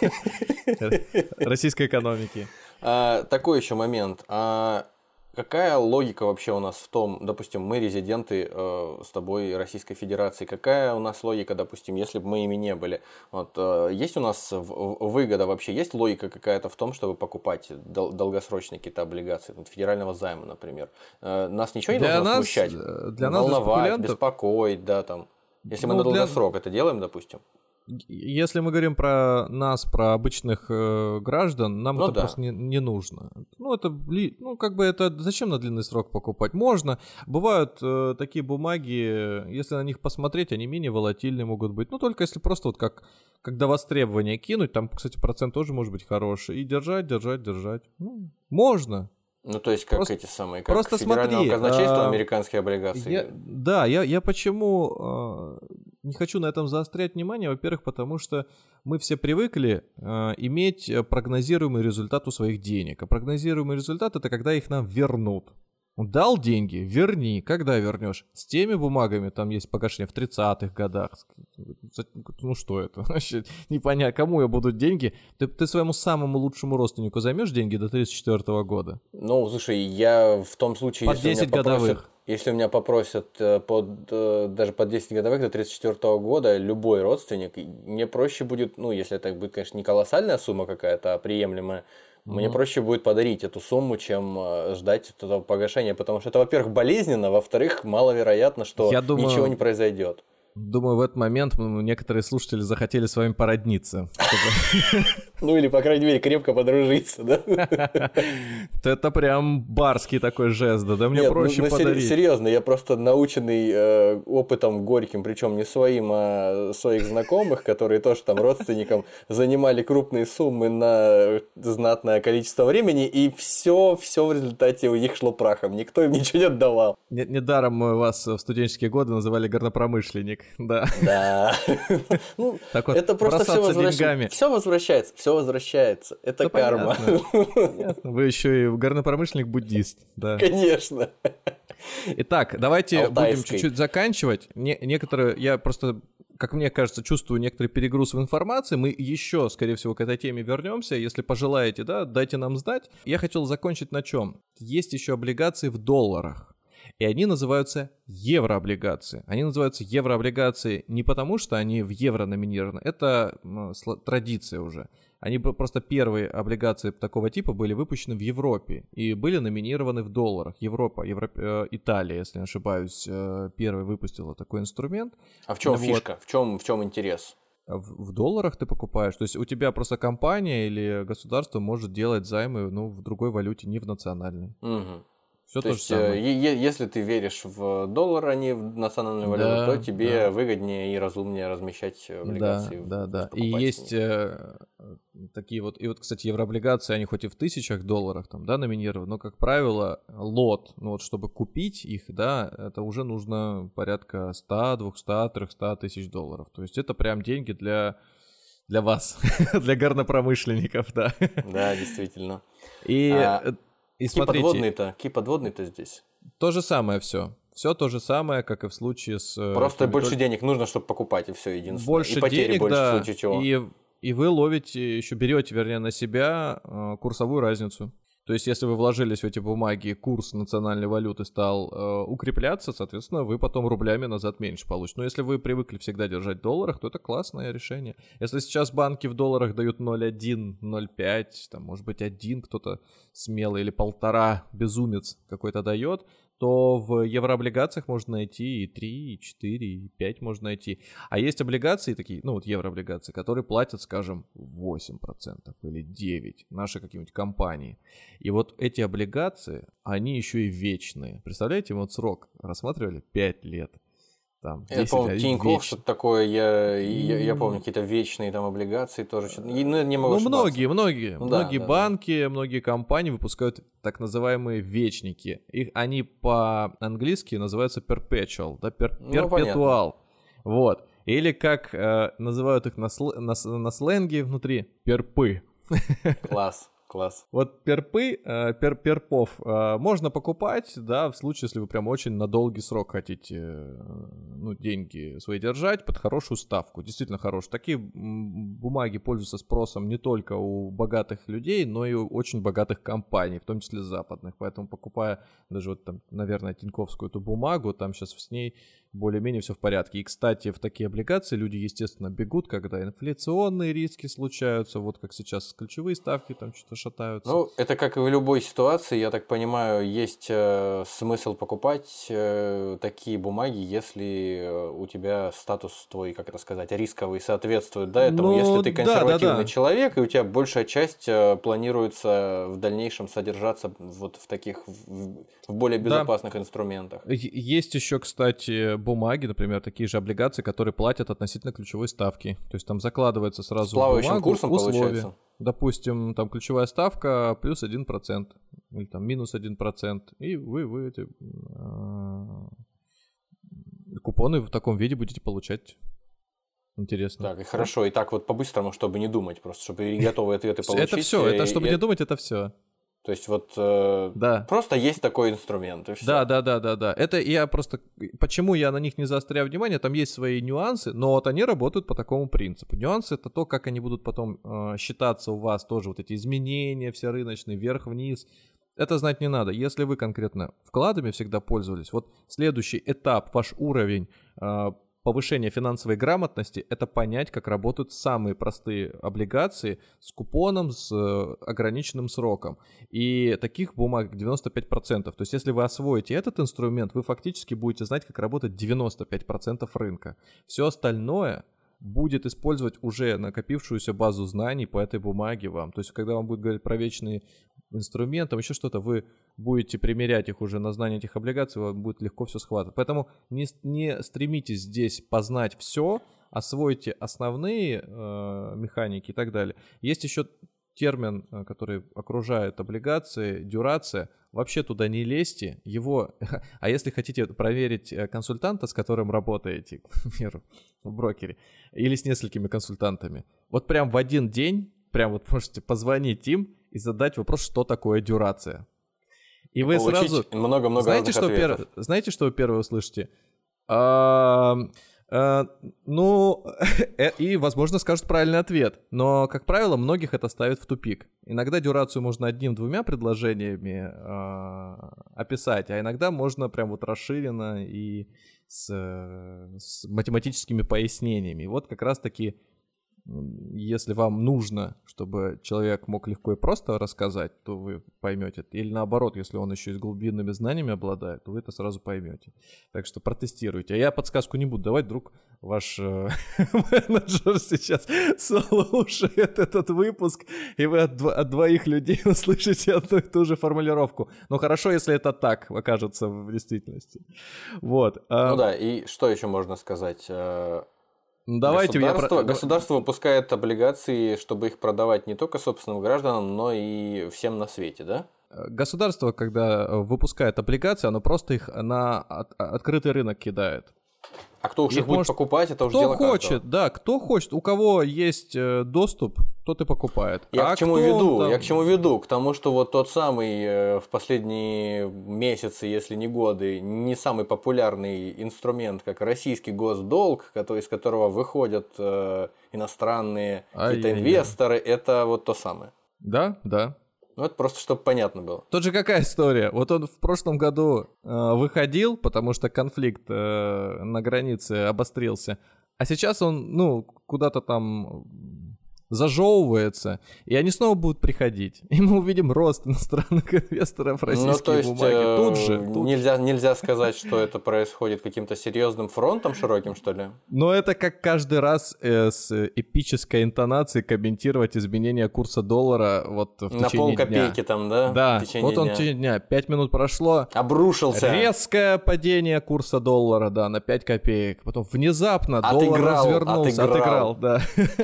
российской экономики. Такой еще момент. Какая логика вообще у нас в том, допустим, мы резиденты с тобой Российской Федерации, какая у нас логика, допустим, если бы мы ими не были? Вот, есть у нас выгода вообще, есть логика какая-то в том, чтобы покупать долгосрочные какие-то облигации, федерального займа, например? Нас ничего не должно смущать? Волновать, беспокоить, да, там. Если мы на долгосрок это делаем, допустим? Если мы говорим про нас, про обычных граждан, нам это просто не нужно. Это зачем на длинный срок покупать? Можно. Бывают такие бумаги, если на них посмотреть, они менее волатильные могут быть. Только если просто вот когда востребование кинуть, там, кстати, процент тоже может быть хороший. И держать. Можно. То есть, как эти самые, как просто федерального казначейства американские облигации. Я почему не хочу на этом заострять внимание? Во-первых, потому что мы все привыкли иметь прогнозируемый результат у своих денег. А прогнозируемый результат — это когда их нам вернут. Дал деньги, верни. Когда вернешь? С теми бумагами, там есть погашение в 30-х годах. Что это? Вообще непонятно, кому я буду деньги. Ты своему самому лучшему родственнику займешь деньги до 34 года? Слушай, я в том случае, под 10 годовых. Если меня попросят даже под 10 годовых до 34 года любой родственник, мне проще будет, если это будет, конечно, не колоссальная сумма какая-то, а приемлемая, мне проще будет подарить эту сумму, чем ждать этого погашения, потому что это, во-первых, болезненно, во-вторых, маловероятно, что ничего не произойдет. Думаю, в этот момент некоторые слушатели захотели с вами породниться. Ну или, по крайней мере, крепко подружиться, да? Это прям барский такой жест, да мне проще подарить. Серьезно, я просто наученный опытом горьким, причем не своим, а своих знакомых, которые тоже там родственникам занимали крупные суммы на знатное количество времени, и все в результате у них шло прахом, никто им ничего не отдавал. Недаром мы вас в студенческие годы называли горнопромышленник, да. Да. Это просто все возвращается. Это карма. Вы еще и горнопромышленник-буддист, да. Конечно. Итак, давайте будем чуть-чуть заканчивать. Некоторые, я просто, как мне кажется, чувствую некоторый перегруз в информации. Мы еще, скорее всего, к этой теме вернемся. Если пожелаете, да, дайте нам знать. Я хотел закончить на чем? Есть еще облигации в долларах. И они называются еврооблигации. Они называются еврооблигации не потому, что они в евро номинированы. Это традиция уже. Они просто первые облигации такого типа были выпущены в Европе и были номинированы в долларах. Италия, если не ошибаюсь, первой выпустила такой инструмент. А в чем фишка? В чем интерес? В долларах ты покупаешь. То есть у тебя просто компания или государство может делать займы в другой валюте, не в национальной. Угу. Все то то есть, же самое. Если ты веришь в доллар, а не в национальную валюту, то тебе выгоднее и разумнее размещать облигации. Да. И есть такие вот, и вот, кстати, еврооблигации, они хоть и в тысячах долларов там, да, номинированы, но, как правило, лот, чтобы купить их, да, это уже нужно порядка 100, 200, 300 тысяч долларов. То есть это прям деньги для вас, для горнопромышленников, да. Да, действительно. И смотрите, какие подводные-то здесь? То же самое все. Все то же самое, как и в случае с... Просто больше денег нужно, чтобы покупать, и все единственное. Больше и потери денег, больше, да, в случае чего. И вы ловите, еще берете, вернее, на себя курсовую разницу. То есть, если вы вложились в эти бумаги, курс национальной валюты стал укрепляться, соответственно, вы потом рублями назад меньше получите. Но если вы привыкли всегда держать в долларах, то это классное решение. Если сейчас банки в долларах дают 0,1, 0,5, там, может быть, 1 кто-то смелый или 1,5 безумец какой-то дает, то в еврооблигациях можно найти и 3, и 4, и 5 можно найти. А есть облигации такие, еврооблигации, которые платят, скажем, 8% или 9%, наши какие-нибудь компании. И вот эти облигации, они еще и вечные. Представляете, вот срок рассматривали 5 лет. Там, 10, я помню, Тинькофф, что-то такое, я помню, какие-то вечные там облигации тоже. Не могу ошибаться. Многие банки, многие компании выпускают так называемые вечники. Они по-английски называются perpetual, да, perpetual. Вот. Или как называют их на сленге внутри, перпы. Класс. Вот перпов можно покупать, да, в случае, если вы прям очень на долгий срок хотите, деньги свои держать под хорошую ставку, действительно хорошую. Такие бумаги пользуются спросом не только у богатых людей, но и у очень богатых компаний, в том числе западных. Поэтому, покупая даже вот там, наверное, тиньковскую эту бумагу, там сейчас с ней более-менее все в порядке. И, кстати, в такие облигации люди, естественно, бегут, когда инфляционные риски случаются, вот как сейчас ключевые ставки там что-то шатаются. Это как и в любой ситуации, я так понимаю, есть смысл покупать такие бумаги, если у тебя статус твой, как это сказать, рисковый соответствует, да, этому. Если ты консервативный человек, и у тебя большая часть планируется в дальнейшем содержаться вот в таких, в более безопасных инструментах. Есть еще, кстати, бумаги, например, такие же облигации, которые платят относительно ключевой ставки. То есть там закладывается сразу в бумагу курсом условия. Получается. Допустим, там ключевая ставка плюс 1%, или там минус 1%, и вы эти купоны в таком виде будете получать. Интересно. Так, и хорошо, и так вот по-быстрому, чтобы не думать, просто чтобы готовые ответы получить. Это все, это чтобы не думать, это все. То есть вот просто есть такой инструмент, и все. Да. Это я просто... Почему я на них не заостряю внимание? Там есть свои нюансы, но вот они работают по такому принципу. Нюансы — это то, как они будут потом считаться у вас тоже, вот эти изменения все рыночные, вверх-вниз. Это знать не надо. Если вы конкретно вкладами всегда пользовались, вот следующий этап, ваш уровень повышение финансовой грамотности — это понять, как работают самые простые облигации с купоном, с ограниченным сроком. И таких бумаг 95%. То есть если вы освоите этот инструмент, вы фактически будете знать, как работает 95% рынка. Все остальное будет использовать уже накопившуюся базу знаний по этой бумаге вам. То есть когда вам будет говорить про вечные инструменты, еще что-то, вы будете примерять их уже на знание этих облигаций, вам будет легко все схватывать. Поэтому не стремитесь здесь познать все, освойте основные механики и так далее. Есть еще термин, который окружает облигации, дюрация. Вообще туда не лезьте. А если хотите проверить консультанта, с которым работаете, к примеру, в брокере, или с несколькими консультантами, вот прям в один день, прям вот можете позвонить им и задать вопрос, что такое дюрация. И вы сразу... много-много знаете, что вы первое услышите? И, возможно, скажут правильный ответ. Но, как правило, многих это ставит в тупик. Иногда дюрацию можно 1-2 предложениями описать, а иногда можно прям вот расширенно и с математическими пояснениями. И вот как раз-таки, если вам нужно, чтобы человек мог легко и просто рассказать, то вы поймете. Или наоборот, если он еще и с глубинными знаниями обладает, то вы это сразу поймете. Так что протестируйте. А я подсказку не буду давать, вдруг ваш менеджер сейчас слушает этот выпуск, и вы от двоих людей услышите одну и ту же формулировку. Но хорошо, если это так окажется в действительности. Вот. Ну да, и что еще можно сказать? Давайте государство выпускает облигации, чтобы их продавать не только собственным гражданам, но и всем на свете, да? Государство, когда выпускает облигации, оно просто их на открытый рынок кидает. А кто уж их будет покупать, это уже дело каждого. Кто хочет, да, кто хочет. У кого есть доступ, тот и покупает. Я к чему веду? К тому, что вот тот самый в последние месяцы, если не годы, не самый популярный инструмент, как российский госдолг, из которого выходят иностранные какие-то инвесторы, это вот то самое. Да, да. Ну, это просто, чтобы понятно было. Тут же какая история? Вот он в прошлом году выходил, потому что конфликт на границе обострился, а сейчас он, куда-то там зажевывается, и они снова будут приходить. И мы увидим рост иностранных инвесторов в российские бумаги. Тут же. Нельзя сказать, что это происходит каким-то серьезным фронтом широким, что ли? Но это как каждый раз с эпической интонацией комментировать изменение курса доллара вот в течение дня. На полкопейки там, да? Да, вот он в течение дня. 5 минут прошло. Обрушился. Резкое падение курса доллара, да, на 5 копеек. Потом внезапно доллар развернулся. Отыграл, да.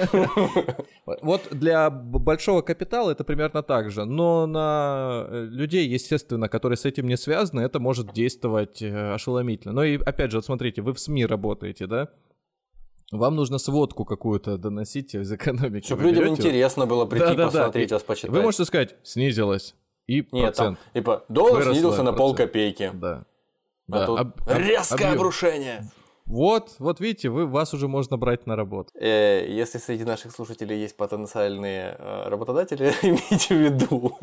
Вот для большого капитала это примерно так же, но на людей, естественно, которые с этим не связаны, это может действовать ошеломительно. Но и опять же, вот смотрите, вы в СМИ работаете, да? Вам нужно сводку какую-то доносить из экономики. Чтобы людям интересно было прийти посмотреть, вас почитать. Вы можете сказать, снизилось, и процент. Нет, типа, доллар снизился на полкопейки. Да. А тут резкое обрушение. Вот видите, вас уже можно брать на работу. Если среди наших слушателей есть потенциальные работодатели, имейте в виду.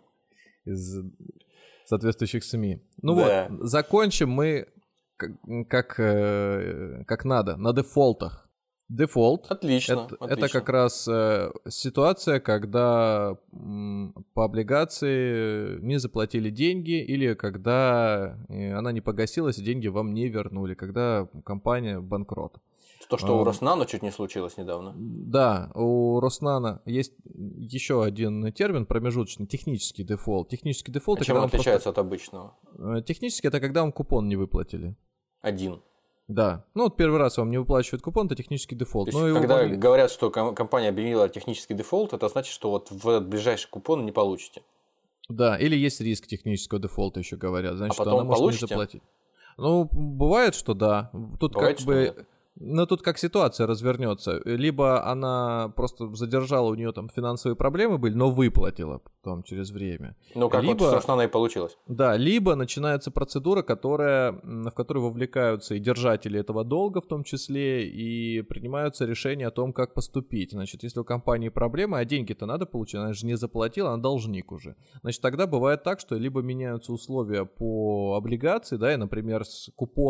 Из соответствующих СМИ. Вот, закончим мы как надо, на дефолтах. Дефолт. Отлично. Это как раз ситуация, когда по облигации не заплатили деньги, или когда она не погасилась, и деньги вам не вернули, когда компания банкрот. То, что у Роснано чуть не случилось недавно. Да, у Роснано есть еще один термин промежуточный, технический дефолт. Технический дефолт. Чем он отличается от обычного? Технически это когда вам купон не выплатили. Один. Да. Вот первый раз вам не выплачивают купон, это технический дефолт. То есть, когда говорят, что компания объявила технический дефолт, это значит, что вот в ближайший купон не получите. Да, или есть риск технического дефолта, еще говорят. Значит, а потом она может получите? не заплатить. Бывает, что да. Тут бывает, как бы... Но тут как ситуация развернется. Либо она просто задержала, у нее там финансовые проблемы были, но выплатила потом через время. Ну, как вот с Роснано и получилось. Да, либо начинается процедура, в которой вовлекаются и держатели этого долга в том числе, и принимаются решения о том, как поступить. Значит, если у компании проблемы, а деньги-то надо получить, она же не заплатила, она должник уже. Значит, тогда бывает так, что либо меняются условия по облигации, да, и, например, купон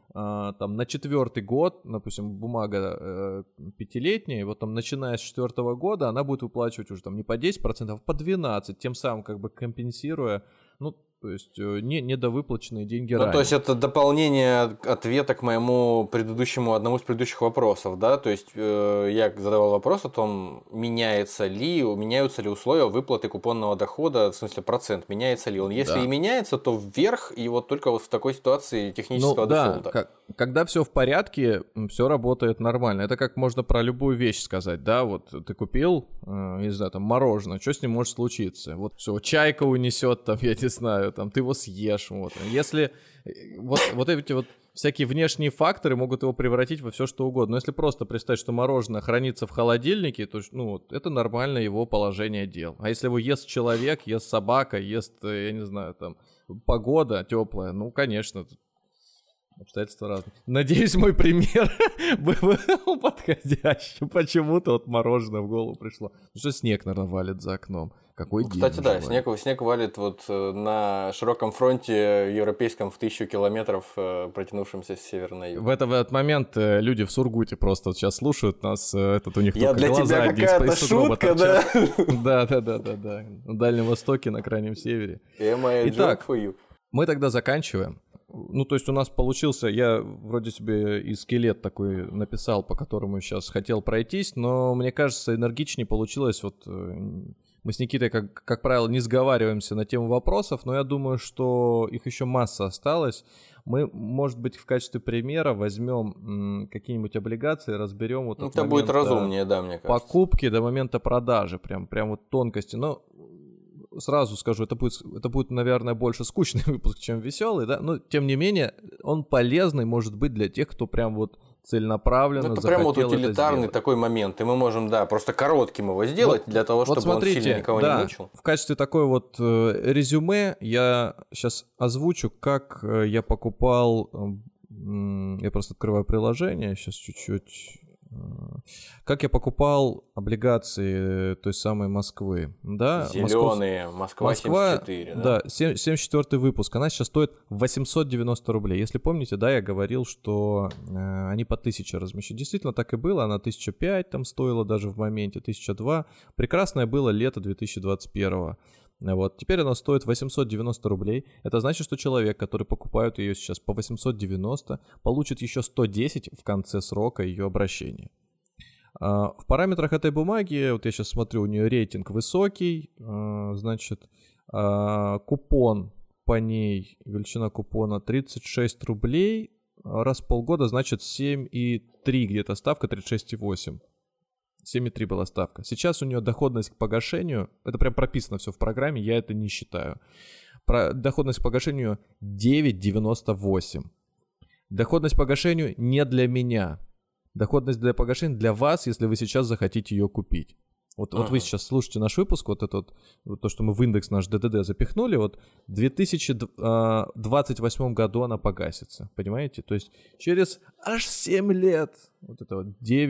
там на 4-й год, допустим, бумага 5-летняя, вот там начиная с 4-го года она будет выплачивать уже там не по 10%, а по 12%, тем самым как бы компенсируя, ну, то есть недовыплаченные деньги ранее. То есть это дополнение ответа к моему одному из предыдущих вопросов, да? То есть я задавал вопрос о том, меняются ли условия выплаты купонного дохода, в смысле процент, меняется ли он. Если и меняется, то вверх, и вот только вот в такой ситуации технического дефолта. Да, когда все в порядке, все работает нормально. Это как можно про любую вещь сказать, да? Вот ты купил, не знаю, там мороженое, что с ним может случиться? Вот все, чайка унесет, там, я не знаю, там, ты его съешь, вот. Если вот эти вот всякие внешние факторы могут его превратить во все что угодно. Но если просто представить, что мороженое хранится в холодильнике, то, ну, вот, это нормальное его положение дел. А если его ест человек, ест собака, ест, я не знаю, там, погода теплая, ну, конечно, обстоятельства разные. Надеюсь, мой пример был подходящим. Почему-то вот мороженое в голову пришло. Потому что снег, наверное, валит за окном. Какой день. Кстати, да, снег валит вот на широком фронте европейском в 1000 километров, протянувшемся с севера на юг. В этот момент люди в Сургуте просто вот сейчас слушают нас, у них только глаза одни из шутка, да? Да. На Дальнем Востоке, на Крайнем Севере. Итак, мы тогда заканчиваем. Ну, то есть у нас получился, я вроде себе и скелет такой написал, по которому сейчас хотел пройтись, но мне кажется, энергичнее получилось. Вот мы с Никитой, как правило, не сговариваемся на тему вопросов, но я думаю, что их еще масса осталось. Мы, может быть, в качестве примера возьмем какие-нибудь облигации, разберем вот это будет разумнее, да, мне кажется. Покупки до момента продажи, прям вот тонкости. Но сразу скажу, это будет, наверное, больше скучный выпуск, чем веселый, да, но тем не менее он полезный может быть для тех, кто прям вот целенаправленно захотел это сделать. Это прям вот утилитарный такой момент, и мы можем, да, просто коротким его сделать для того, чтобы смотрите, он сильно никого не мучил. В качестве такой вот резюме я сейчас озвучу, как я покупал, я просто открываю приложение, сейчас чуть-чуть. Как я покупал облигации той самой Москвы, да? Зеленые, Москва 74, да? Да, 74-й выпуск, она сейчас стоит 890 рублей. Если помните, да, я говорил, что они по 1000 размещают. Действительно так и было, она 1005 там стоила даже в моменте, 1002. Прекрасное было лето 2021. Вот. Теперь она стоит 890 рублей. Это значит, что человек, который покупает ее сейчас по 890, получит еще 110 в конце срока ее обращения. В параметрах этой бумаги, вот я сейчас смотрю, у нее рейтинг высокий, значит, купон по ней, величина купона 36 рублей, раз в полгода, значит 7,3 где-то ставка, 36,8. 7,3 была ставка. Сейчас у нее доходность к погашению, это прям прописано все в программе, я это не считаю. Доходность к погашению 9,98. Доходность к погашению не для меня. Доходность для погашения для вас, если вы сейчас захотите ее купить. Вот вы сейчас слушаете наш выпуск, вот то, что мы в индекс наш ДДД запихнули, вот в 2028 году она погасится, понимаете? То есть через аж 7 лет, вот это вот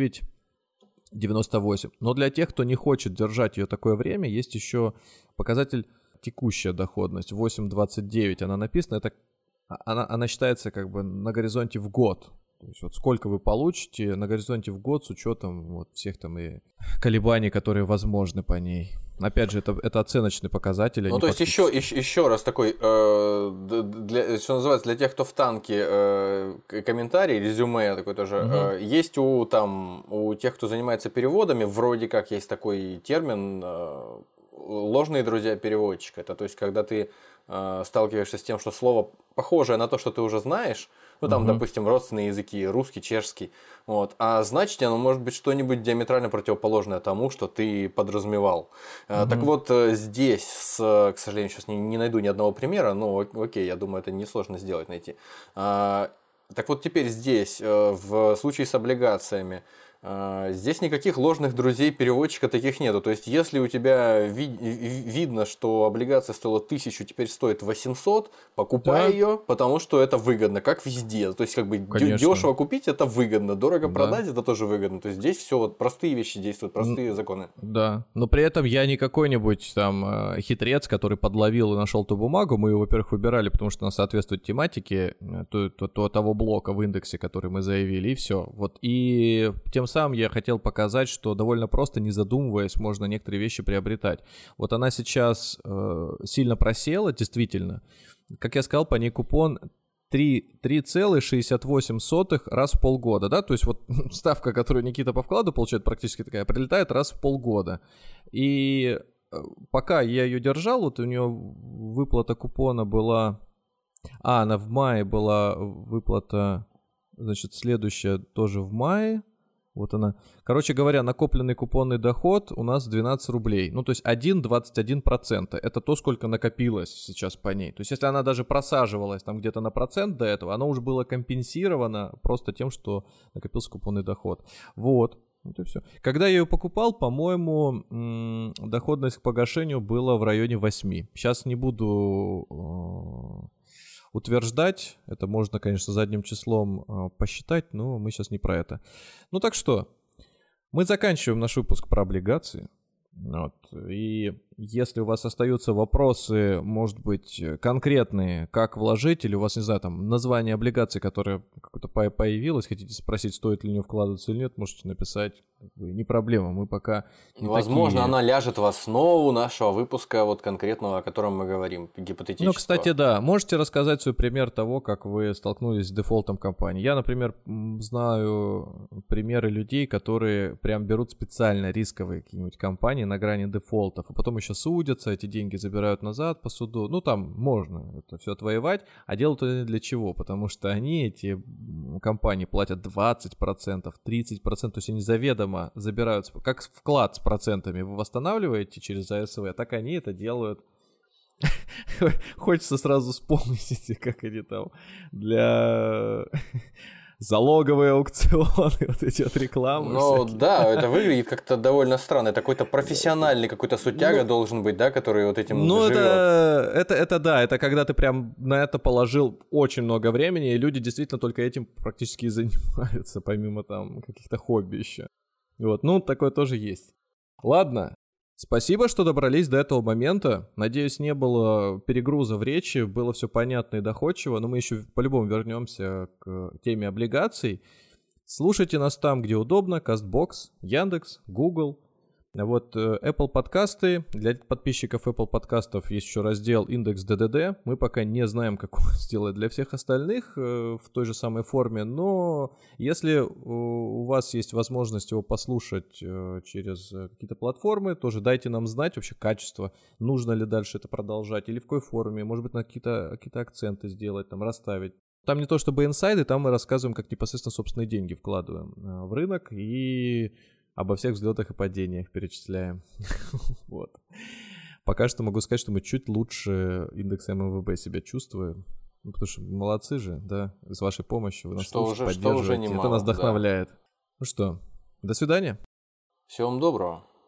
9,98. Но для тех, кто не хочет держать ее такое время, есть еще показатель текущая доходность, 8,29 она написана, она считается как бы на горизонте в год. То есть вот сколько вы получите на горизонте в год с учетом вот всех там и колебаний, которые возможны по ней. Опять же, это оценочный показатель. Ну, то есть еще раз такой, что называется, для тех, кто в танке, комментарий, резюме такой тоже. Есть у тех, кто занимается переводами, вроде как есть такой термин ложные друзья переводчика. Это то есть, когда ты сталкиваешься с тем, что слово похожее на то, что ты уже знаешь, ну, там, допустим, родственные языки, русский, чешский, вот, а значит, оно может быть что-нибудь диаметрально противоположное тому, что ты подразумевал. Так вот, здесь, к сожалению, сейчас не найду ни одного примера, но окей, я думаю, это несложно сделать, найти. Так вот, теперь здесь, в случае с облигациями, Здесь никаких ложных друзей переводчика таких нету. То есть, если у тебя видно, что облигация стоила 1000, теперь стоит 800, покупай ее, потому что это выгодно, как везде. То есть, как бы дешево купить это выгодно, дорого продать это тоже выгодно. То есть, здесь все вот простые вещи действуют, простые законы. Да, но при этом я не какой-нибудь там хитрец, который подловил и нашел ту бумагу. Мы ее, во-первых, выбирали, потому что она соответствует тематике того блока в индексе, который мы заявили, и все. Вот, и тем самым я хотел показать, что довольно просто, не задумываясь, можно некоторые вещи приобретать. Вот она сейчас сильно просела, действительно. Как я сказал, по ней купон 3,68 раз в полгода, да, то есть вот ставка, которую Никита по вкладу получает, практически такая, прилетает раз в полгода. И пока я ее держал, вот у нее выплата купона была... она в мае была выплата, значит, следующая тоже в мае. Вот она. Короче говоря, накопленный купонный доход у нас 12 рублей. Ну, то есть 1,21%. Это то, сколько накопилось сейчас по ней. То есть если она даже просаживалась там где-то на процент до этого, оно уже было компенсировано просто тем, что накопился купонный доход. Вот. Вот и все. Когда я ее покупал, по-моему, доходность к погашению была в районе 8. Сейчас не буду... утверждать, это можно, конечно, задним числом посчитать, но мы сейчас не про это. Ну так что, мы заканчиваем наш выпуск про облигации. Вот. И если у вас остаются вопросы, может быть, конкретные, как вложить, или у вас, не знаю, там, название облигации, которое какое-то появилось, хотите спросить, стоит ли в нее вкладываться или нет, можете написать, не проблема, мы пока не возможно, она ляжет в основу нашего выпуска, вот конкретного, о котором мы говорим, гипотетического. Ну, кстати, да, можете рассказать свой пример того, как вы столкнулись с дефолтом компании. Я, например, знаю примеры людей, которые прям берут специально рисковые какие-нибудь компании на грани дефолтов, а потом еще судятся, эти деньги забирают назад по суду. Ну, там можно это все отвоевать, а делают это для чего? Потому что они, эти компании, платят 20%, 30%, то есть они заведомо забирают, как вклад с процентами вы восстанавливаете через АСВ, так они это делают. Хочется сразу вспомнить, как они там для... залоговые аукционы, вот эти вот рекламы. Ну да, это выглядит как-то довольно странно. Это какой-то профессиональный какой-то сутяга должен быть, да, который вот этим живет. Это да, это когда ты прям на это положил очень много времени, и люди действительно только этим практически и занимаются, помимо там каких-то хобби еще. Вот, ну, такое тоже есть. Ладно. Спасибо, что добрались до этого момента. Надеюсь, не было перегруза в речи, было все понятно и доходчиво, но мы еще по-любому вернемся к теме облигаций. Слушайте нас там, где удобно: CastBox, Яндекс, Google. Вот Apple подкасты. Для подписчиков Apple подкастов есть еще раздел индекс ДДД. Мы пока не знаем, как его сделать для всех остальных в той же самой форме, но если у вас есть возможность его послушать через какие-то платформы, тоже дайте нам знать вообще качество, нужно ли дальше это продолжать или в какой форме, может быть, на какие-то акценты сделать, там расставить. Там не то чтобы инсайды, там мы рассказываем, как непосредственно собственные деньги вкладываем в рынок и обо всех взлетах и падениях перечисляем. Вот. Пока что могу сказать, что мы чуть лучше индекса ММВБ себя чувствуем. Ну, потому что молодцы же, да, с вашей помощью вы нас поддерживаете. Это нас вдохновляет. Да. Ну что, до свидания. Всего вам доброго.